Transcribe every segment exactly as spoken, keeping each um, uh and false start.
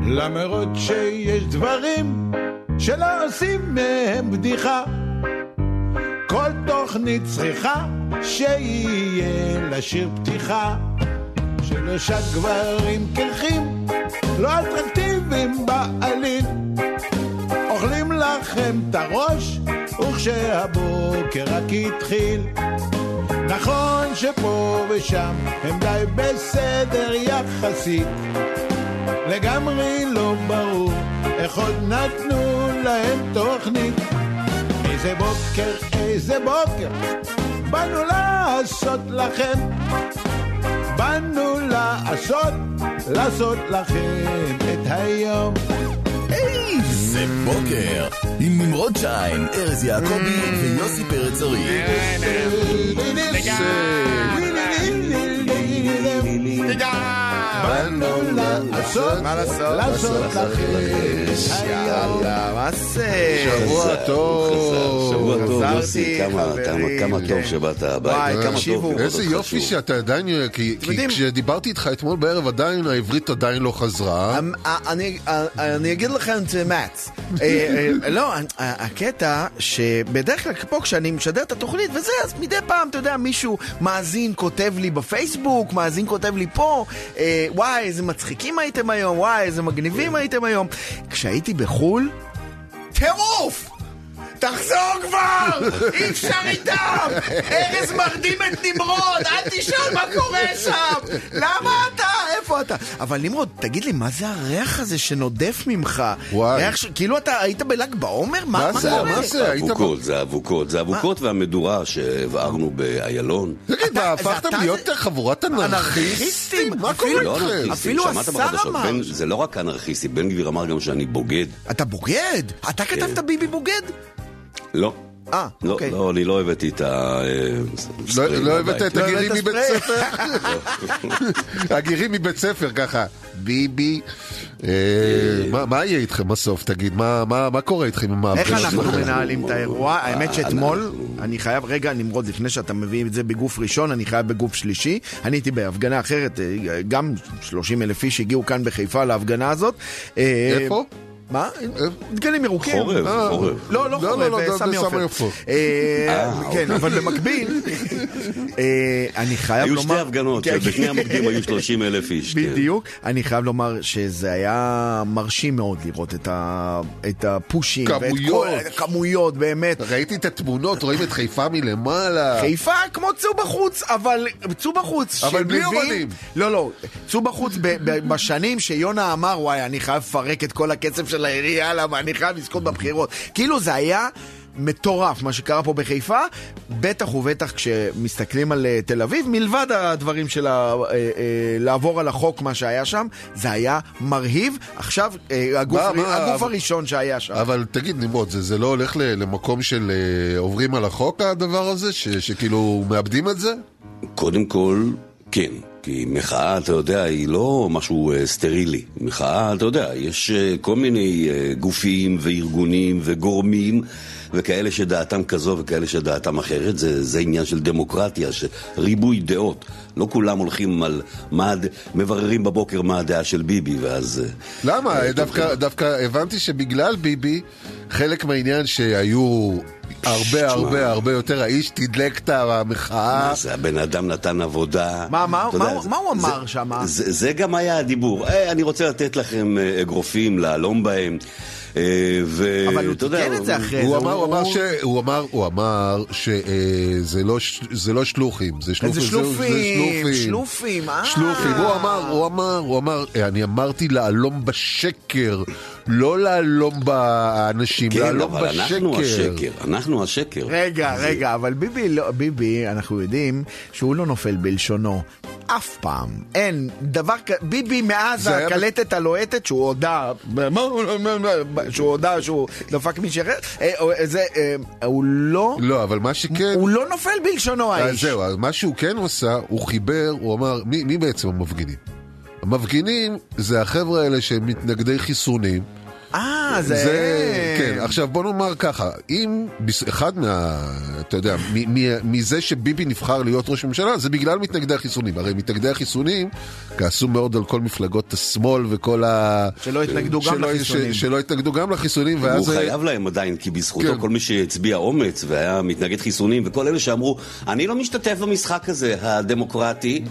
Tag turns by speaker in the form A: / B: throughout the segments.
A: למרות שיש דברים שלא עושים מהם בדיחה. כל תוכנית צריכה שיהיה לשיר פתיחה. שלושה גברים קרחים לא אטרקטיביים בעליל אוכלים לכם את הראש וכשהבוקר רק התחיל. נכון שפה ושם הם די בסדר יחסית, לגמרי לא ברור איך עוד נתנו להם תוכנית. איזה בוקר, איזה בוקר באנו לעשות לכם, באנו לעשות, לעשות לכם את היום.
B: איזה בוקר עם נמרוד שיין, ארז יעקבי ויוסי פרץ ארי.
A: באנו לעשות, לעשות לכם.
C: יאללה, מה זה?
D: שבוע טוב.
C: שבוע טוב,
D: יוסי, כמה טוב שבאת הביתה. איזה יופי שאתה עדיין, כי כשדיברתי איתך אתמול בערב עדיין העברית עדיין לא חזרה.
C: אני אגיד לכם את האמת. לא, הקטע שבדרך כלל פה כשאני משדר את התוכנית וזה, אז מדי פעם, אתה יודע, מישהו מאזין כותב לי בפייסבוק, מאזין כותב לי פה, וואי, איזה מצחיקים הייתם היום, וואי, איזה מגניבים הייתם היום. כשהייתי בחול, טירוף! תחזור כבר! אי אפשר איתם! ארז מרדים את נמרוד! אל תשאל מה קורה שם! למה אתה? איפה אתה? אבל נמרוד, תגיד לי, מה זה הריח הזה שנודף ממך? ריח ש... כאילו אתה היית בלג בעומר? מה
D: זה? מה זה?
E: אבוקות, זה אבוקות. זה אבוקות והמדורה שהעברנו באיילון.
D: תגיד, הפכתם להיות חבורת אנרכיסטים? מה קורה לכם?
C: אפילו השר אמר.
E: זה לא רק אנרכיסטי, בן גביר אמר גם שאני בוגד.
C: אתה בוגד? אתה כתבת ביבי בוגד?
E: לא.
C: אה, אוקיי.
E: לא, אני לא הבאתי את ה...
D: לא הבאת את הגירים מבית ספר? הגירים מבית ספר, ככה. ביבי. מה יהיה איתכם בסוף? תגיד, מה קורה איתכם עם
C: איך אנחנו מנהלים את האירוע? האמת שאתמול, אני חייב, רגע, נמרוד, לפני שאתה מביא את זה בגוף ראשון, אני חייב בגוף שלישי. אני הייתי בהפגנה אחרת, גם שלושים אלף איש הגיעו כאן בחיפה להפגנה הזאת.
D: איפה?
C: מה? דגלים ירוקים.
E: חורב, חורב.
C: לא, לא חורב, סמי אופר. כן, אבל במקביל, אני חייב לומר...
E: היו שתי הפגנות, בשני המוקדים היו שלושים אלף איש.
C: בדיוק. אני חייב לומר שזה היה מרשים מאוד לראות את הפושים.
D: כמויות.
C: כמויות, באמת.
D: ראיתי את התמונות, רואים את חיפה מלמעלה.
C: חיפה כמו צו בחוץ, אבל צו בחוץ.
D: אבל בלי אומנים.
C: לא, לא. צו בחוץ בשנים שיונה אמר, וואי, אני חייב לפרק את כל הקצב של לעירייה, למה אני חייב לזכות בבחירות. כאילו זה היה מטורף מה שקרה פה בחיפה, בטח ובטח כשמסתכלים על תל אביב, מלבד הדברים של לעבור על החוק, מה שהיה שם, זה היה מרהיב. עכשיו הגוף הראשון שהיה שם.
D: אבל תגיד נמרוד, זה לא הולך למקום של עוברים על החוק הדבר הזה, שכאילו מאבדים את זה?
E: קודם כל, כן. כי מחאה, אתה יודע, היא לא משהו סטרילי. מחאה, אתה יודע, יש כל מיני גופים וארגונים וגורמים וכאלה שדעתם כזו וכאלה שדעתם אחרת. זה, זה עניין של דמוקרטיה, ריבוי דעות. לא כולם הולכים על מה, מבררים בבוקר מה הדעה של ביבי, ואז...
D: למה? דווקא, דווקא הבנתי שבגלל ביבי, חלק מהעניין שהיו... הרבה הרבה הרבה יותר האיש תדלק את המחאה.
E: זה הבן אדם נתן עבודה.
C: מה הוא אמר שם?
E: זה גם היה הדיבור. אני רוצה לתת לכם אגרופים להלום בהם.
C: אבל הוא תיקן את זה אחרי זה.
D: הוא אמר שזה לא שלוחים.
C: זה שלופים. שלופים.
D: שלופים. הוא אמר, הוא אמר, אני אמרתי להלום בשקר. לא להלום באנשים, להלום בשקר.
E: כן, אבל אנחנו השקר, אנחנו השקר.
C: רגע, רגע, אבל ביבי, ביבי, אנחנו יודעים שהוא לא נופל בלשונו. אף פעם. אין דבר כזה. ביבי מאז הקלטת הלוהטת שהוא הודע, שהוא הודע שהוא דפק מישהו אחר, הוא לא...
D: לא, אבל מה שכן...
C: הוא לא נופל בלשונו האיש.
D: זהו, מה שהוא כן עושה, הוא חיבר, הוא אמר, מי בעצם המפגינים? המפגינים זה החבר'ה האלה שהם מתנגדי חיסונים,
C: אה, זה...
D: זה... כן, עכשיו בוא נאמר ככה, אם אחד מה... אתה יודע, מזה שביבי נבחר להיות ראש ממשלה, זה בגלל מתנגדי החיסונים. הרי מתנגדי החיסונים כעסו מאוד על כל מפלגות השמאל וכל ה...
C: שלא התנגדו גם לחיסונים.
D: שלא התנגדו גם לחיסונים,
E: הוא חייב להם עדיין, כי בזכותו כל מי שהצביע אומץ והיה מתנגד חיסונים, וכל אלה שאמרו, אני לא משתתף במשחק הזה, הדמוקרטי,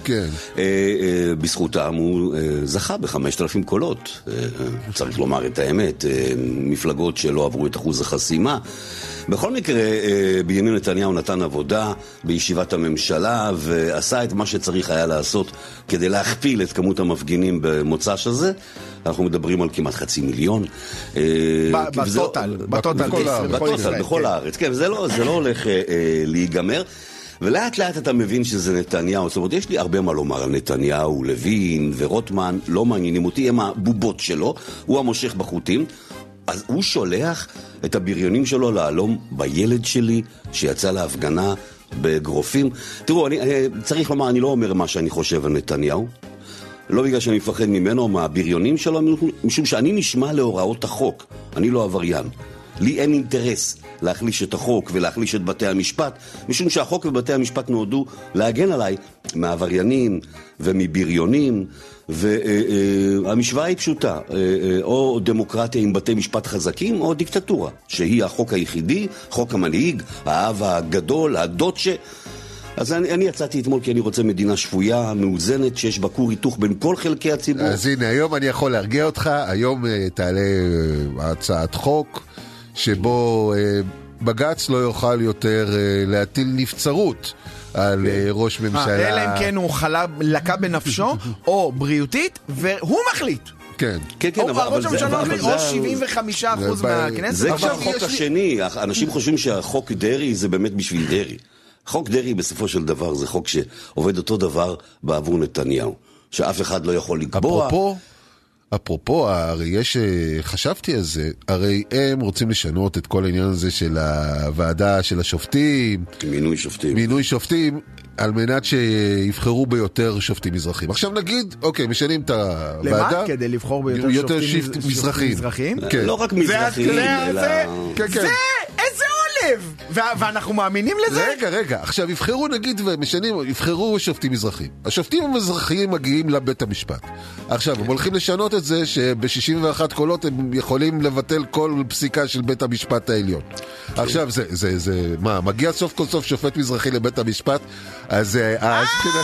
E: בזכותם הוא זכה ב-חמשת אלפים קולות. צריך לומר את האמת, מפלגות שלא עברו את אחוז החסימה. בכל מקרה, בנימין נתניהו נתן עבודה בישיבת הממשלה, ועשה את מה שצריך היה לעשות כדי להכפיל את כמות המפגינים במוצ"ש הזה. אנחנו מדברים על כמעט חצי מיליון.
C: בטוטל, בטוטל,
E: בטוטל, בכל הארץ. כן, זה לא הולך להיגמר. ולאט לאט אתה מבין שזה נתניהו. זאת אומרת, יש לי הרבה מה לומר על נתניהו, לוין ורוטמן, לא מעניינים אותי, הם הבובות שלו, הוא המושך בחוטים. אז הוא שולח את הבריונים שלו להלום בילד שלי שיצא להפגנה בגרופים. תראו, אני, צריך לומר, אני לא אומר מה שאני חושב על נתניהו, לא בגלל שאני מפחד ממנו, מהבריונים שלו, משום שאני נשמע להוראות החוק, אני לא עבריין. לי אין אינטרס להחליש את החוק ולהחליש את בתי המשפט, משום שהחוק ובתי המשפט נועדו להגן עליי מעבריינים ומבריונים, והמשוואה היא פשוטה, או דמוקרטיה עם בתי משפט חזקים, או דיקטטורה, שהיא החוק היחידי, חוק המנהיג, האב הגדול, הדוצ'ה. אז אני, אני יצאתי אתמול כי אני רוצה מדינה שפויה, מאוזנת, שיש בה כור היתוך בין כל חלקי הציבור.
D: אז הנה, היום אני יכול להרגיע אותך, היום תעלה הצעת חוק, שבו בג"ץ לא יוכל יותר להטיל נבצרות על ראש ממשלה.
C: אלא אם כן הוא חלה, לקה בנפשו, או בריאותית, והוא מחליט.
D: כן.
E: כן, כן,
C: אבל ראש הממשלה מחליט, או שבעים וחמישה אחוז מהכנסת.
E: זה כבר החוק השני. אנשים חושבים שהחוק דרי זה באמת בשביל דרי. חוק דרי בסופו של דבר זה חוק שעובד אותו דבר בעבור נתניהו. שאף אחד לא יכול לקבוע.
D: אפרופו, אפרופו, הרי יש, חשבתי על זה, הרי הם רוצים לשנות את כל העניין הזה של הוועדה של השופטים.
E: מינוי שופטים.
D: מינוי שופטים, על מנת שיבחרו ביותר שופטים מזרחים. עכשיו נגיד, אוקיי, משנים את הוועדה.
C: למה? כדי לבחור ביותר
D: יותר
C: שופטים
D: מזרחים.
C: מזרחים?
D: כן.
E: לא רק מזרחים, אלא...
C: זה, זה, איזה עולב! ואנחנו מאמינים לזה?
D: רגע, רגע, עכשיו יבחרו נגיד ומשנים, יבחרו שופטים מזרחים. השופטים המזרחיים מגיעים לבית המשפט. עכשיו, הם הולכים לשנות את זה שב-שישים ואחת קולות הם יכולים לבטל כל פסיקה של בית המשפט העליון. עכשיו, זה, זה, זה, מה, מגיע סוף כל סוף שופט מזרחי לבית המשפט, אז...
C: אה,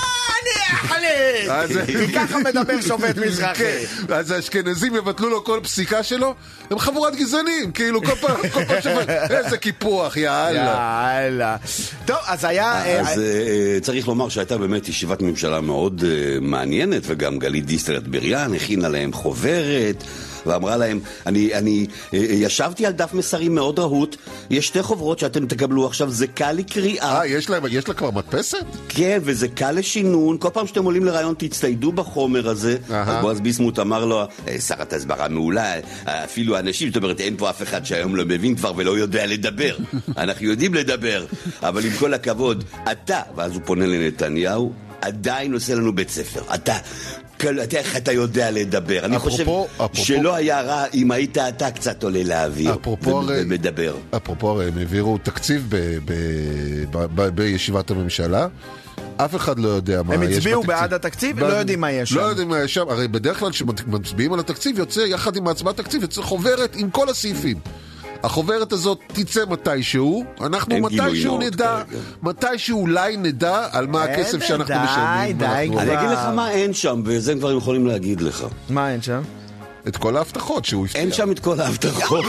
C: אני אחליט! כי ככה מדבר שופט מזרחי.
D: אז האשכנזים יבטלו לו כל פסיקה שלו, הם חבורת גזענים, כאילו כל פעם שופט, איזה קיפוח, יאללה.
C: יאללה. טוב, אז היה...
E: אז צריך לומר שהייתה באמת ישיבת ממשלה מאוד מעניינת, וגם גלית דיסטל אטבריאן הכינה להם חוברת, ואמרה להם, אני, אני ישבתי על דף מסרים מאוד רהוט, יש שתי חוברות שאתם תקבלו עכשיו, זה קל לקריאה.
D: אה, יש לה, יש לה כבר מדפסת?
E: כן, וזה קל לשינון, כל פעם שאתם עולים לרעיון תצטיידו בחומר הזה. אז בועז ביסמוט אמר לו, שרת הסברה מעולה, אפילו אנשים, זאת אומרת, אין פה אף אחד שהיום לא מבין כבר ולא יודע לדבר. אנחנו יודעים לדבר, אבל עם כל הכבוד, אתה, ואז הוא פונה לנתניהו, עדיין עושה לנו בית ספר. אתה... איך אתה יודע לדבר? אני חושב שלא היה רע אם היית אתה קצת עולה לאוויר ומדבר.
D: אפרופו, הרי הם העבירו תקציב בישיבת הממשלה, אף אחד לא יודע מה יש בתקציב.
C: הם הצביעו בעד התקציב, לא יודעים מה יש שם.
D: לא יודעים מה יש שם, הרי בדרך כלל כשמצביעים על התקציב יוצא, יחד עם ההצבעת התקציב, יוצא חוברת עם כל הסעיפים. החוברת הזאת תצא מתישהו, אנחנו מתישהו נדע, מתישהו אולי נדע על מה הכסף שאנחנו משלמים.
E: אני אגיד לך מה אין שם, וזה הם כבר יכולים להגיד לך.
C: מה אין שם?
D: את כל ההבטחות שהוא הבטיח.
E: אין שם את כל ההבטחות.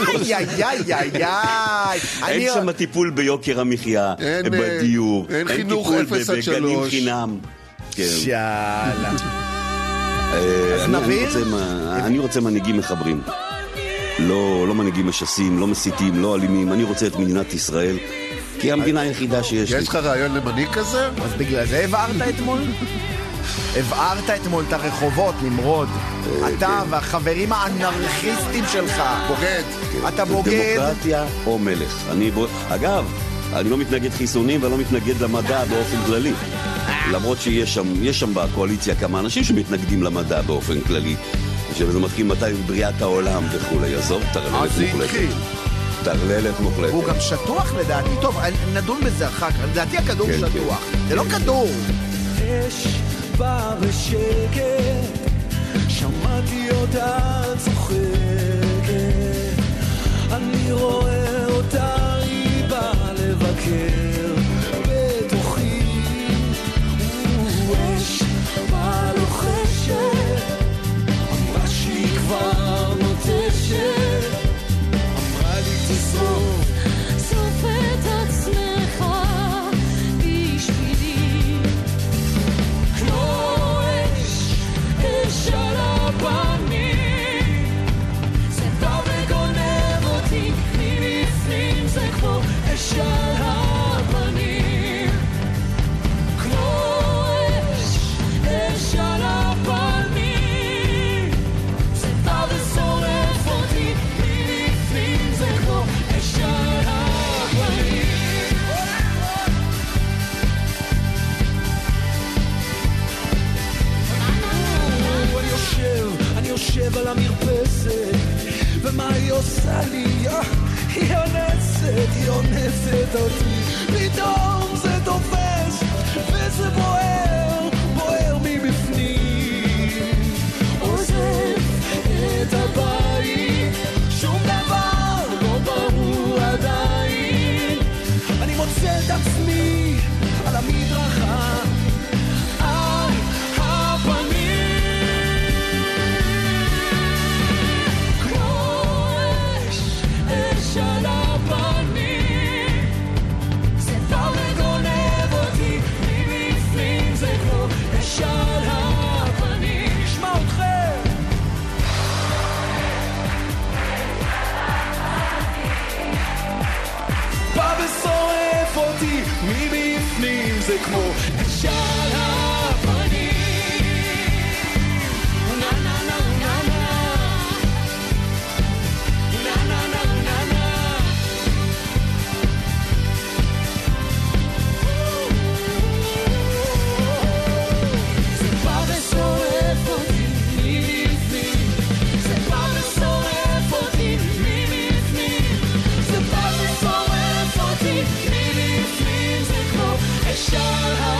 E: אין שם הטיפול ביוקר המחיה, בדיור.
D: אין חינוך אפס עד שלוש.
E: בגנים חינם.
C: שאלה.
E: אני רוצה מנהיגים מחברים. לא, לא מנהיגים משסים, לא מסיתים, לא אלימים. אני רוצה את מדינת ישראל, כי המדינה היחידה שיש לי.
D: יש לך רעיון למנהיג כזה?
C: אז בגלל זה הבארת אתמול? הבארת אתמול את הרחובות, נמרוד. אתה והחברים האנרכיסטים שלך.
D: בוגד.
C: אתה בוגד.
E: דמוקרטיה או מלך. אגב, אני לא מתנגד חיסונים ולא מתנגד למדע באופן כללי. למרות שיש שם, יש שם בקואליציה כמה אנשים שמתנגדים למדע באופן כללי. שזה מתחיל מתי בריאת העולם וכולי, עזוב, טרללת מוחלטת. טרללת מוחלטת.
C: הוא גם שטוח לדעתי. טוב, נדון בזה אחר כך. לדעתי הכדור שטוח. זה לא כדור.
F: אש בא בשקט, שמעתי אותה צוחקת, אני רואה אותה, היא באה לבקר בתוכי. אש באה לוחשת, אמרה שהיא כבר נוטשת, אמרה לי תשרוף, שרוף את עצמך בשבילי, כמו אש, אש על הפנים, זה בא וגונב אותי מבפנים, זה כמו אש על הפנים, כמו אש, אש על הפנים, זה בא ושורף אותי מבפנים, זה כמו אש על הפנים. אני יושב, אני יושב על המרפסת, ומה היא עושה לי? היא אונסת, היא אונסת אותי, פתאום זה תופס, וזה בוער, בוער מבפנים, עוזב את הבית, שום דבר לא ברור עדיין, אני מוצא את עצמי על המדרכה, על הפנים, כמו אש, אש על הפנים, זה בא וגונב אותי מבפנים, זה כמו אש על הפנים. נשמע אתכם. בא ושורף אותי מבפנים, זה כמו אש על הפנים. נה נה נה נה נה נה נה נה נה נה. זה בא ושורף אותי מבפנים, זה בא ושורף אותי מבפנים, זה בא ושורף אותי מבפנים, זה כמו אש על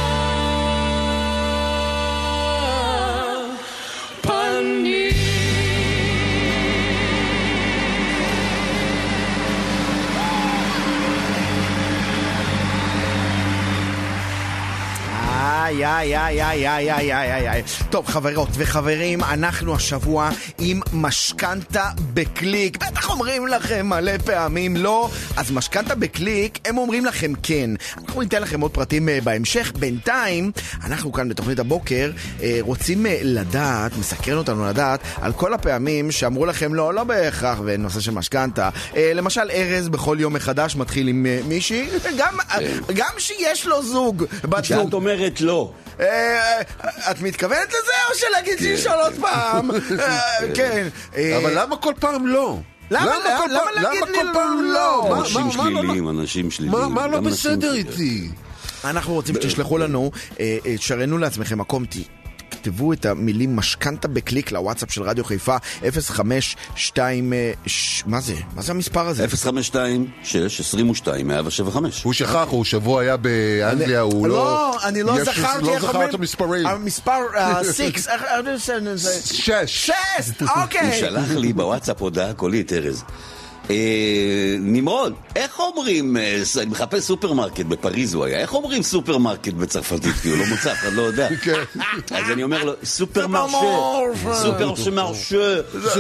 F: הפנים.
C: איי, איי, איי, איי, איי, איי, איי, איי. טוב, חברות וחברים, אנחנו השבוע עם משכנתה בקליק. בטח אומרים לכם מלא פעמים לא, אז משכנתה בקליק, הם אומרים לכם כן. אנחנו ניתן לכם עוד פרטים בהמשך. בינתיים, אנחנו כאן בתוכנית הבוקר רוצים לדעת, מסקרן אותנו לדעת, על כל הפעמים שאמרו לכם לא, לא בהכרח בנושא של משכנתה. למשל, ארז בכל יום מחדש מתחיל עם מישהי, גם, גם שיש לו זוג, בת זוג.
E: שאת אומרת לא.
C: את מתכוונת לזה או שלהגיד שישאל עוד פעם? כן.
D: אבל למה כל פעם לא?
C: למה להגיד לי לא?
E: אנשים שליליים, אנשים שליליים.
D: מה לא בסדר איתי?
C: אנחנו רוצים שתשלחו לנו, שרנו לעצמכם מקום, תכתבו את המילים משכנתה בקליק לוואטסאפ של רדיו חיפה אפס חמש שתיים, מה זה? מה זה המספר הזה?
E: אפס חמש שתיים שש עשרים ושתיים מאה שבע וחמש.
D: הוא שכח, הוא שבוע היה באנגליה, הוא לא...
C: לא, אני לא זכרתי.
D: לא זכר את המספרים.
C: המספר שש.
D: שש.
C: שש, אוקיי.
E: הוא שלח לי בוואטסאפ הודעה קולית, ארז. נמרוד, איך אומרים, אני מחפש סופרמרקט בפריז הוא היה, איך אומרים סופרמרקט בצרפתית, כי הוא לא מוצא, אחד לא יודע. אז אני אומר לו, סופרמרשה, סופרמרשה.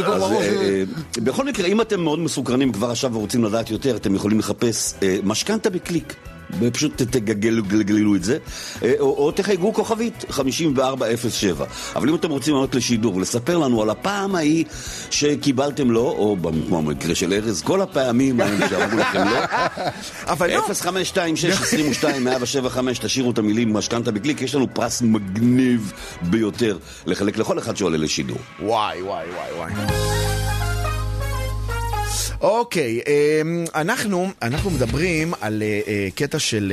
E: בכל מקרה, אם אתם מאוד מסוקרנים כבר עכשיו ורוצים לדעת יותר, אתם יכולים לחפש משכנתה בקליק. פשוט תגלגלו את זה, או, או תחייגו כוכבית חמישים וארבע אפס שבע. אבל אם אתם רוצים לענות לשידור ולספר לנו על הפעם ההיא שקיבלתם לו, או כמו במקרה של ארז, כל הפעמים ההם שאמרו לכם לא, אפס חמש שתיים שש עשרים ושתיים מאה שבע וחמש, תשאירו את המילים משכנתה בקליק. יש לנו פרס מגניב ביותר לחלק לכל אחד שעולה לשידור.
C: וואי וואי וואי וואי. אוקיי, אנחנו אנחנו מדברים על קטע של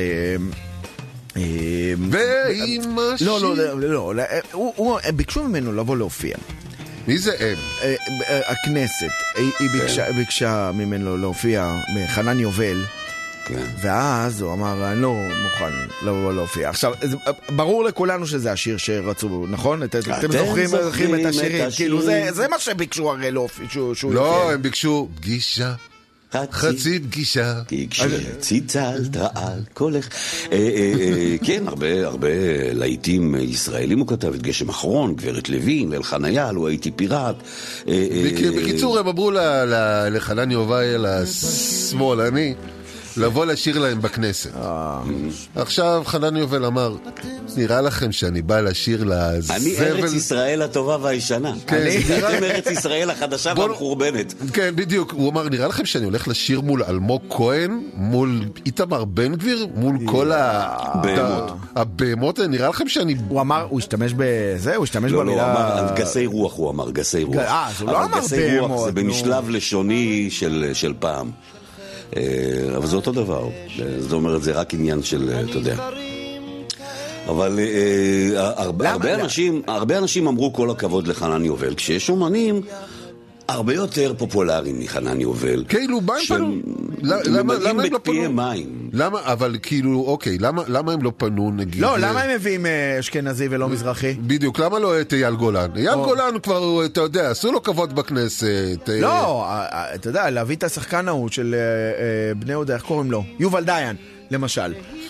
D: ואמא
C: לא, לא, לא, לא, ביקשו ממנו לבוא להופיע.
D: מי זה הם?
C: אה, אה, הכנסת. היא היא ביקשה- ביקשה ממנו להופיע בחנן יובל,
E: כן.
C: ואז הוא אמר, אני לא מוכן לבוא להופיע. עכשיו, זה- ברור לכולנו שזה השיר שרצו, נכון? את- אתם
E: אתם
C: זוכרים
E: זוכרים
C: את
E: את
C: השירים?
E: השירים.
C: כאילו, זה- זה מה שביקשו הרי להופיע, שהוא שהוא
D: לא,
C: יופיע.
D: הם ביקשו פגישה, חצי פגישה.
E: כי כשציצלת על קולך. אה, אה, אה, כן, הרבה הרבה להיטים ישראלים הוא כתב, את גשם אחרון, גברת לוין, ליל חניה, לו הייתי פיראט. אה, אה,
D: בק- בקיצור, הם אמרו ל- ל- לחנן יובל השמאלני לבוא לשיר להם בכנסת. עכשיו חנן יובל אמר, נראה לכם שאני בא לשיר
E: אני ארץ
D: לזבל?
E: ישראל הטובה והישנה.
D: כן,
E: אני-
D: נראה-
E: אתם ארץ ישראל החדשה
D: בוא-
E: והמחורבנת.
D: כן, בדיוק. הוא אמר, נראה לכם שאני הולך לשיר מול אלמוג כהן, מול איתמר בן גביר, מול כל ה...
E: בהמות.
D: הבהמות, נראה לכם שאני...
C: הוא אמר, הוא השתמש בזה, הוא השתמש
E: לא, לא, הוא
C: במילה...
E: אמר, גסי רוח הוא אמר, גסי רוח.
C: אה, אז הוא לא
E: אבל
C: אמר
E: גסי רוח
C: בהמות,
E: זה
C: נו.
E: במשלב לשוני של של פעם. אה, אבל זה אותו דבר. זאת אומרת, זה רק עניין של, אה, אתה יודע. אבל אה, הרבה הרבה
C: למה?
E: אנשים, הרבה אנשים אמרו כל הכבוד לחנן יובל, כשיש אומנים הרבה יותר פופולריים מחנן יובל.
D: כאילו, מה הם פנו? למה- למה
E: ממלאים
D: למה הם לא
E: בפיהם
D: פנו?
E: מים.
D: למה, אבל כאילו, אוקיי, למה, למה הם לא פנו נגיד?
C: לא,
D: אה,
C: למה הם מביאים אה, אשכנזי ולא מזרחי?
D: בדיוק, למה לא את אייל גולן? אייל
C: או.
D: גולן כבר, אתה יודע, עשו לו כבוד בכנסת. אה,
C: לא, אה, אה, אתה יודע, להביא את השחקן ההוא של אה, אה, בני יהודה, איך קוראים לו? יובל דיין, למשל.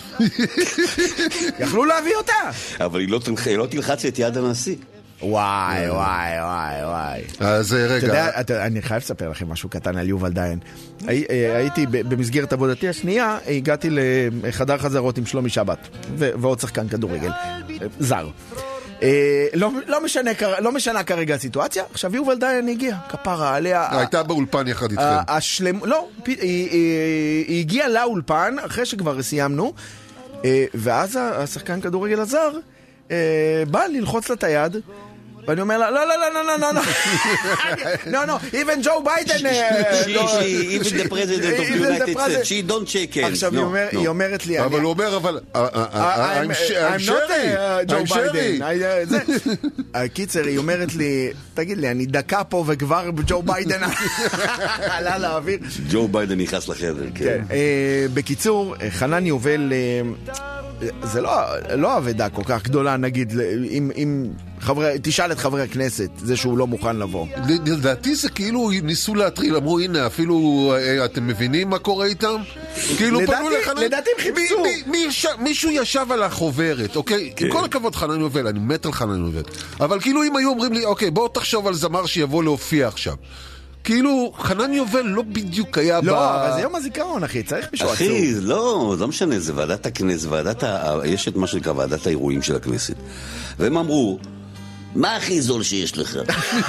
C: יכלו להביא אותה.
E: אבל היא לא תלח- היא לא תלחץ את יד הנשיא.
C: וואי, וואי, וואי, וואי.
D: אז אה,
C: אתה
D: רגע,
C: יודע, אתה- אני חייב לספר לכם משהו קטן על יובל דיין. הי- אה, הייתי ב- במסגרת עבודתי השנייה, הגעתי לחדר חזרות עם שלומי שבת, ו- ועוד שחקן כדורגל, אה, זר. אה, לא, לא, משנה, כר- לא משנה כרגע הסיטואציה. עכשיו יובל דיין הגיע, כפרה עליה.
D: הייתה באולפן יחד איתכם.
C: ה- השלם... לא, פ- היא, היא, היא הגיעה לאולפן אחרי שכבר סיימנו, אה, ואז השחקן כדורגל הזר אה, בא ללחוץ לה את היד, ואני אומר לה, לא, לא, לא, לא, לא, לא, לא, לא, even Joe Biden, אה,
E: She-
C: לא,
E: she- even the president of the
C: even the
E: United
C: president.
E: States, she don't shake hands.
C: עכשיו
E: No,
C: היא אומר-
E: no.
C: היא אומרת לי,
D: אבל
C: אני-
D: הוא אומר, אבל... אה, אה, אה,
C: I'm
D: I'm sh- I'm
C: I'm not
D: Sherry.
C: uh, Joe
D: I'm Sherry.
C: Biden. I- זה. הקיצר, היא אומרת לי, תגיד לי, אני דקה פה וכבר ג'ו ביידן עלה לאוויר.
E: ג'ו ביידן נכנס לחדר, כן.
C: כן. אה, בקיצור, חנן יובל, אה, זה לא, לא אבדה כל כך גדולה, נגיד, אם, אם חברי, תשאל את חברי הכנסת, זה שהוא לא מוכן לבוא.
D: לדעתי זה כאילו ניסו להטריל, אמרו הנה אפילו אה, אתם מבינים מה קורה איתם? כאילו
C: לדעתי-
D: פנו לחנן,
C: לדעתי הם חיפשו.
D: מי- מי- מי ישב- מישהו ישב על החוברת, אוקיי? עם כל הכבוד חנן יובל, אני מת על חנן יובל, אבל כאילו אם היו אומרים לי, אוקיי בוא תחשוב על זמר שיבוא להופיע עכשיו, כאילו חנן יובל לא בדיוק היה
C: לא,
D: ב...
C: אבל זה יום הזיכרון, אחי, צריך מישהו עצוב.
E: אחי, לא, לא משנה, זה ועדת הכנסת, ועדת ה... יש את מה שנקרא ועדת האירועים של הכנסת. והם אמרו, מה הכי זול שיש לך?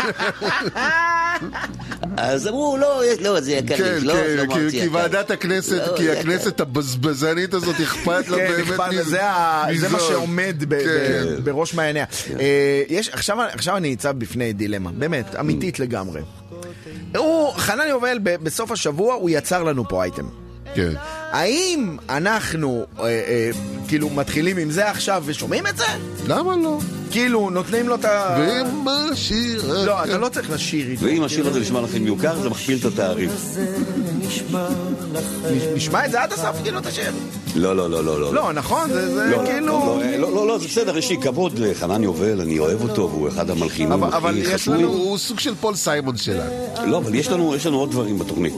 E: אז אמרו, לא, יש- לא, זה יקר
D: כן,
E: לי, לא,
D: כן,
E: לא
D: כי-
E: מרצי
D: כי
E: יקר.
D: ועדת הכנסת,
E: לא,
D: כי
E: יקר.
D: הכנסת הבזבזנית הזאת אכפת לה
C: כן,
D: באמת
C: אכפת,
D: מזה.
C: זה ה- זה מה
D: מזה.
C: שעומד ב- ב-
D: כן.
C: בראש מעייניה. אה, יש- עכשיו עכשיו אני ניצב בפני דילמה, באמת, אמיתית לגמרי. הוא, חנן יובל, ב- בסוף השבוע הוא יצר לנו פה אייטם.
D: כן.
C: האם אנחנו אה, אה, כאילו מתחילים עם זה עכשיו ושומעים את זה?
D: למה לא?
C: כאילו נותנים לו את ה...
D: ועם השיר...
C: לא, אתה לא צריך לשיר איתו.
E: ואם השיר הזה נשמע לכם מיוקר, זה מכפיל את התעריף.
C: נשמע את זה עד הסוף, כאילו, את השיר.
E: לא, לא, לא, לא, לא.
C: לא, נכון, זה זה
E: לא,
C: כאילו...
E: לא, לא, לא, לא, זה בסדר, יש לי כבוד לחנן יובל, אני אוהב אותו, והוא אחד המלחינים
C: אבל- אבל
E: הכי
C: יש
E: חשובים.
C: לנו-
D: הוא סוג של פול סיימון שלנו.
E: לא, אבל יש לנו, יש לנו עוד דברים בתוכנית.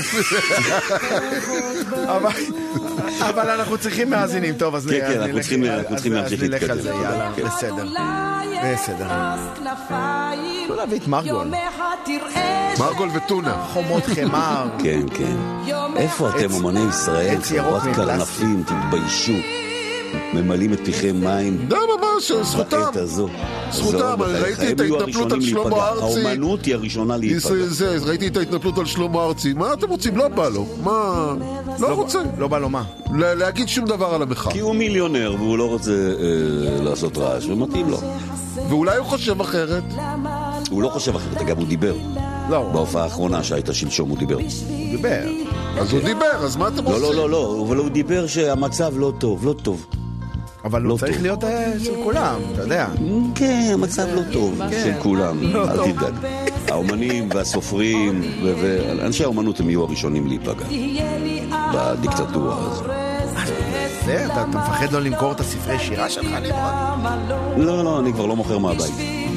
C: אבל- אבל אנחנו צריכים מאזינים, טוב, אז
E: כן,
C: נ-
E: כן,
C: אז
E: אנחנו
C: נלך-
E: צריכים- אנחנו
C: אז-
E: צריכים
C: אז
E: להמשיך
C: נלך על
E: להתקדם.
C: זה, יאללה,
E: כן.
C: בסדר. בסדר. לא להביא את מרגול.
D: מרגול וטונה.
C: חומות חמר.
E: כן, כן. איפה אתם,
C: עץ-
E: אומני ישראל?
C: עץ ירוק
E: חברת
C: מפלסטיק.
E: קרנפים, תתביישו. ממלאים את פיכם מים.
D: לא, ממש, זכותם.
E: בעת הזו.
D: זכותם,
E: זו בחייך.
D: ראיתי את
E: הם יהיו
D: ההתנפלות על
E: הראשונים
D: שלמה
E: להיפגע.
D: ארצי.
E: האומנות היא הראשונה להיפגע.
D: זה, זה, ראיתי את ההתנפלות על שלמה ארצי. מה אתם רוצים? לא בא לו. מה? לא רוצה.
C: לא בא לו מה?
D: לה- להגיד שום דבר על המחאה.
E: כי הוא מיליונר והוא לא רוצה אה, לעשות רעש, ומתאים לו.
D: ואולי הוא חושב אחרת.
E: הוא לא חושב אחרת, אגב, הוא דיבר.
C: לא,
E: בהופעה האחרונה שהייתה שלשום הוא דיבר.
C: הוא דיבר.
D: אז הוא דיבר, אז מה אתם
E: לא,
D: רוצים?
E: לא, לא, לא, אבל הוא דיבר שהמצב לא טוב, לא טוב.
C: אבל הוא צריך להיות של כולם, אתה יודע.
E: כן, המצב לא טוב, של כולם, אל תדאג. האומנים והסופרים ואנשי האומנות הם יהיו הראשונים להיפגע בדיקטטורה הזו.
C: זה, אתה מפחד לא למכור את הספרי שירה שלך, נמרוד?
E: לא, לא, אני כבר לא מוכר מהבית.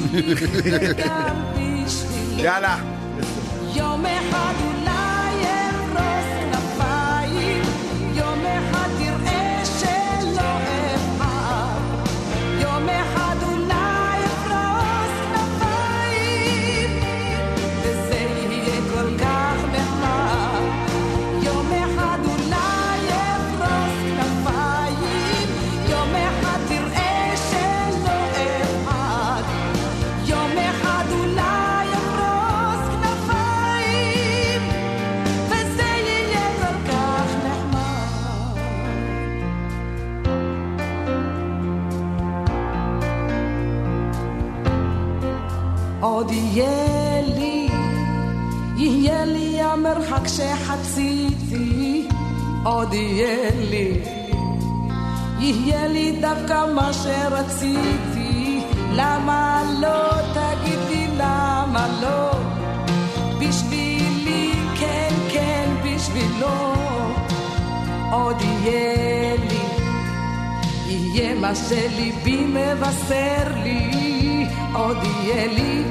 C: יאללה.
F: יום אחד אולי אפרוס כנפיים, יום אחד תראה שלא אפער, יום אחד אולי אפרוס כנפיים, וזה יהיה כל כך נחמד. יום אחד אולי אפרוס כנפיים, יום אחד תראה שלא אפער, יום אחד אולי עוד יהיה לי, יהיה לי המרחק שחציתי, עוד יהיה לי, יהיה לי דווקא מה שרציתי. למה לא, תגידי למה לא, בשבילי כן כן בשבילו. עוד יהיה לי, יהיה מה שליבי מבשר לי, עוד יהיה לי,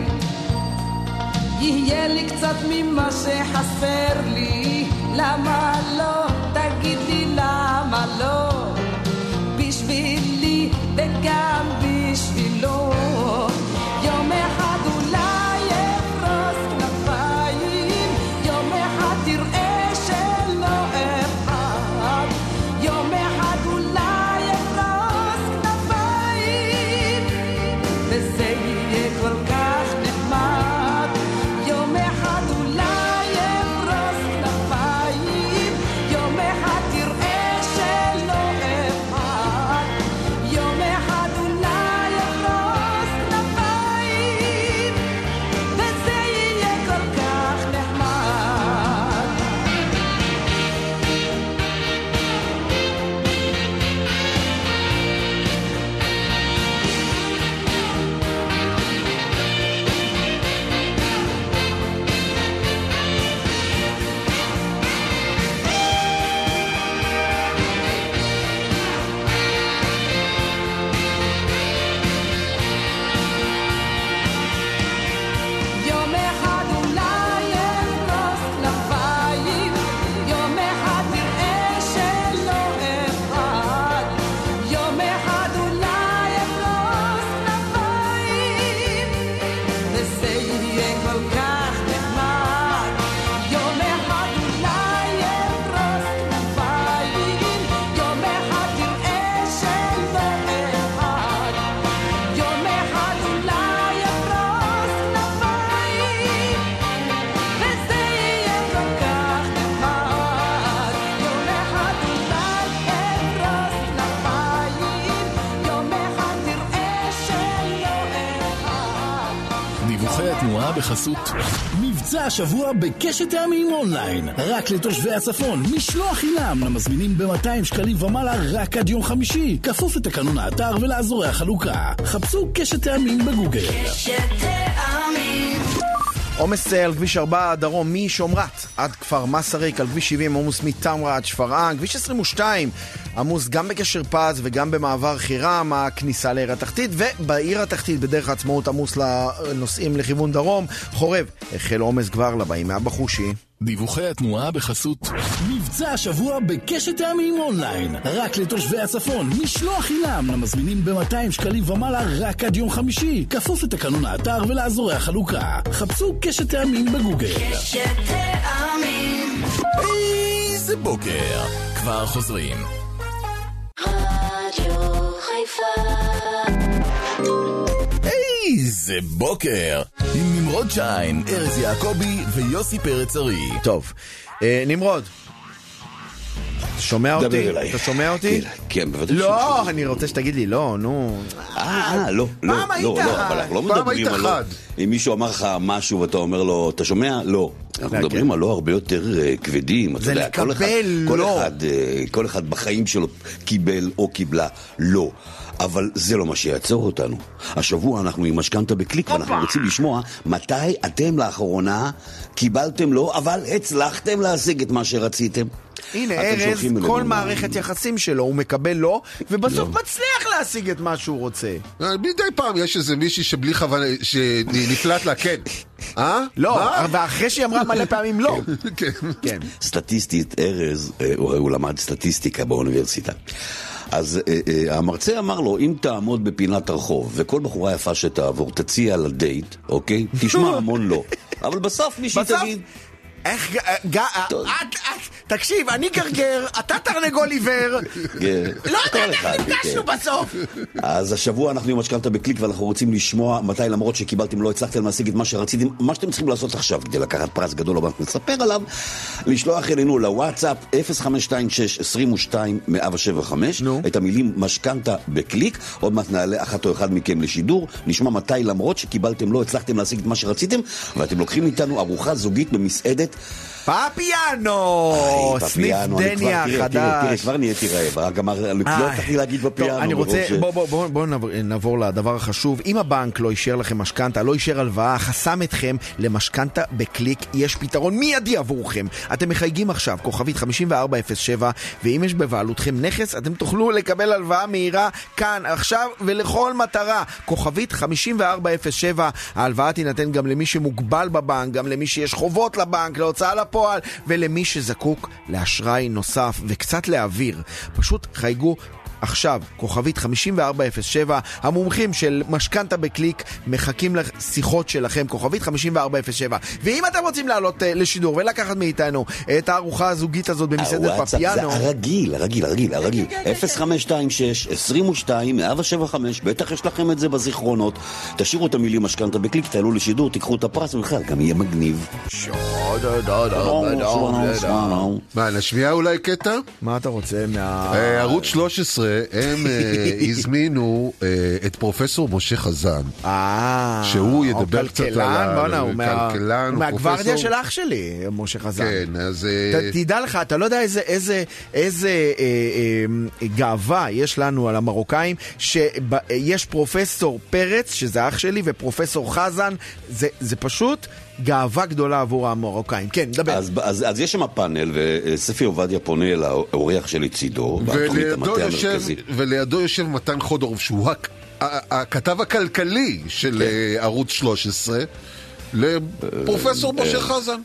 F: יהיה לי קצת ממה שחסר לי. למה לא, תגיד לי למה לא, בשבילי וגם בשבילו. יום אחד אולי אפרוס כנפיים, יום אחד תראה שלא אפער, יום אחד אולי אפרוס כנפיים, וזה יהיה כל כך נחמד. יום אחד אולי אפרוס כנפיים, יום אחד תראה שלא אפער, יום אחד אולי אפרוס כנפיים, וזה יהיה כל כך נחמד. יום אחד אולי אפרוס כנפיים, יום אחד תראה שלא אפער, יום אחד אולי אפרוס כנפיים, וזה יהיה כל כך נחמד. יום אחד אולי אפרוס כנפיים, יום אחד תראה שלא אפער, יום אחד אולי אפרוס כנפיים, וזה יהיה כל כך נחמד. יום אחד אולי אפרוס כנפיים, יום אחד תראה שלא אפער.
B: דיווחי התנועה בחסות מבצע השבוע בקשת טעמים אונליין, רק לתושבי הצפון, משלוח חינם למזמינים ב-מאתיים שקלים ומעלה רק עד יום חמישי, כפוף לתקנון האתר ולאזורי החלוקה. חפשו קשת טעמים בגוגל.
C: עומס על כביש ארבע דרום משומרת עד כפר מסריק, על כביש שבעים עמוס מתמרה עד שפרעם, כביש עשרים ושתיים עמוס גם בקשר פז וגם במעבר חירם, הכניסה לעיר התחתית, ובעיר התחתית בדרך העצמאות עמוס לנוסעים לכיוון דרום. חורב החל עומס כבר לבאים מהבחושי.
B: דיווחי התנועה בחסות מבצע השבוע בקשת טעמים אונליין, רק לתושבי הצפון, משלוח חינם למזמינים ב-מאתיים שקלים ומעלה רק עד יום חמישי, כפוף לתקנון האתר ולאזורי החלוקה. חפשו קשת טעמים בגוגל.
F: קשת טעמים.
B: איזה בוקר, כבר חוזרים.
F: רדיו חיפה.
B: איזה בוקר, עם נמרוד שיין, ארז יעקבי ויוסי פרץ ארי.
C: טוב, אה, נמרוד, אתה שומע
E: דבר
C: אותי?
E: אליי.
C: אתה שומע אותי?
E: כן, בוודאי.
C: לא, אני רוצה שתגיד לי לא, נו.
E: אה, לא, לא,
C: פעם
E: לא,
C: היית.
E: לא, אבל אנחנו לא
D: פעם
E: מדברים
D: היית
E: על...
D: חד.
E: אם מישהו אמר לך משהו ואתה אומר לו, אתה שומע? לא. אנחנו מדברים על לא הרבה יותר כבדים.
C: זה לקבל לא.
E: כל אחד בחיים שלו קיבל או קיבלה לא. אבל זה לא מה שיעצור אותנו. השבוע אנחנו עם משכנתה בקליק, ואנחנו רוצים לשמוע מתי אתם לאחרונה קיבלתם לא, אבל הצלחתם להשיג את מה שרציתם.
C: הנה, ארז, כל מערכת יחסים שלו הוא מקבל לא, ובסוף מצליח להשיג את מה שהוא רוצה.
D: מדי פעם יש איזה מישהי שבלי כוונה, שנפלט לה, כן. אה?
C: לא, ואחרי שהיא אמרה מלא פעמים לא.
E: כן. סטטיסטית, ארז, הוא למד סטטיסטיקה באוניברסיטה. אז אה, אה, המרצה אמר לו, אם תעמוד בפינת הרחוב וכל בחורה יפה שתעבור תציע לדייט, אוקיי? תשמע המון לא. אבל בסוף מישהי תגיד...
C: איך... תקשיב, אני גרגר, אתה תרנגול עיוור. לא יודע איך נפגשנו בסוף.
E: אז השבוע אנחנו עם משכנתה בקליק, ואנחנו רוצים לשמוע מתי, למרות שקיבלתם לא הצלחתם להשיג את מה שרציתם, מה שאתם צריכים לעשות עכשיו כדי לקחת פרס גדול הבנק נספר עליו, לשלוח אלינו לוואטסאפ אפס חמש שתיים שש עשרים ושתיים מאה שבע חמש את המילים משכנתה בקליק. עוד מעט נעלה אחת או אחד מכם לשידור, נשמע מתי למרות שקיבלתם לא הצלחתם להשיג את מה שרציתם, ואתם לוקחים איתנו ארוחה זוגית במסעדת
C: פפיאנו, סניף דניה החדש.
E: תראה, כבר נהייתי רעב, רק אמר, לא תחיל להגיד בפיאנו.
C: אני רוצה, בואו נעבור לדבר החשוב. אם הבנק לא אישר לכם משכנתה, לא אישר הלוואה, חסם אתכם למשכנתה בקליק, יש פתרון מיידי עבורכם. אתם מחייגים עכשיו, כוכבית חמש ארבע אפס שבע, ואם יש בבעלותכם נכס, אתם תוכלו לקבל הלוואה מהירה כאן, עכשיו ולכל מטרה. כוכבית חמש ארבע אפס שבע, ההלוואה תינתן גם למי שמוגבל בבנק, גם למי שיש חובות לבנק, להוצאה לפועל, ולמי שזקוק לאשראי נוסף וקצת לאוויר. פשוט חייגו עכשיו, כוכבית חמש ארבע אפס שבע, המומחים של משכנתה בקליק מחכים לשיחות שלכם, כוכבית חמש ארבע אפס שבע. ואם אתם רוצים לעלות uh, לשידור ולקחת מאיתנו את הארוחה הזוגית הזאת במסעדת פפיאנו,
E: זה הרגיל, הרגיל, הרגיל, הרגיל. אפס חמש שתיים שש עשרים ושתיים מאה שבע חמש, בטח יש לכם את זה בזיכרונות. תשאירו את המילים משכנתה בקליק, תעלו לשידור, תיקחו את הפרס, ובכלל גם יהיה מגניב.
D: מה, נשמיע אולי קטע?
C: מה אתה רוצה מה...
D: ערוץ שלוש עשרה הם הזמינו את פרופסור משה חזן, שהוא ידבר קצת על
C: הכלכלן, הוא מהגוורדיה של אח שלי, משה חזן.
D: כן, אז...
C: תדע לך, אתה לא יודע איזה גאווה יש לנו על המרוקאים, שיש פרופסור פרץ, שזה אח שלי, ופרופסור חזן, זה פשוט... גאווה גדולה עבור המרוקאים. כן, דבר.
E: אז, אז, אז יש שם פאנל, וספי עובדיה פונה אל האורח שלי צידו,
D: ולידו יושב, ולידו יושב מתן חודרוב, שהוא הק, הכתב הכלכלי של כן. ערוץ שלוש עשרה, לפרופסור משה חזן.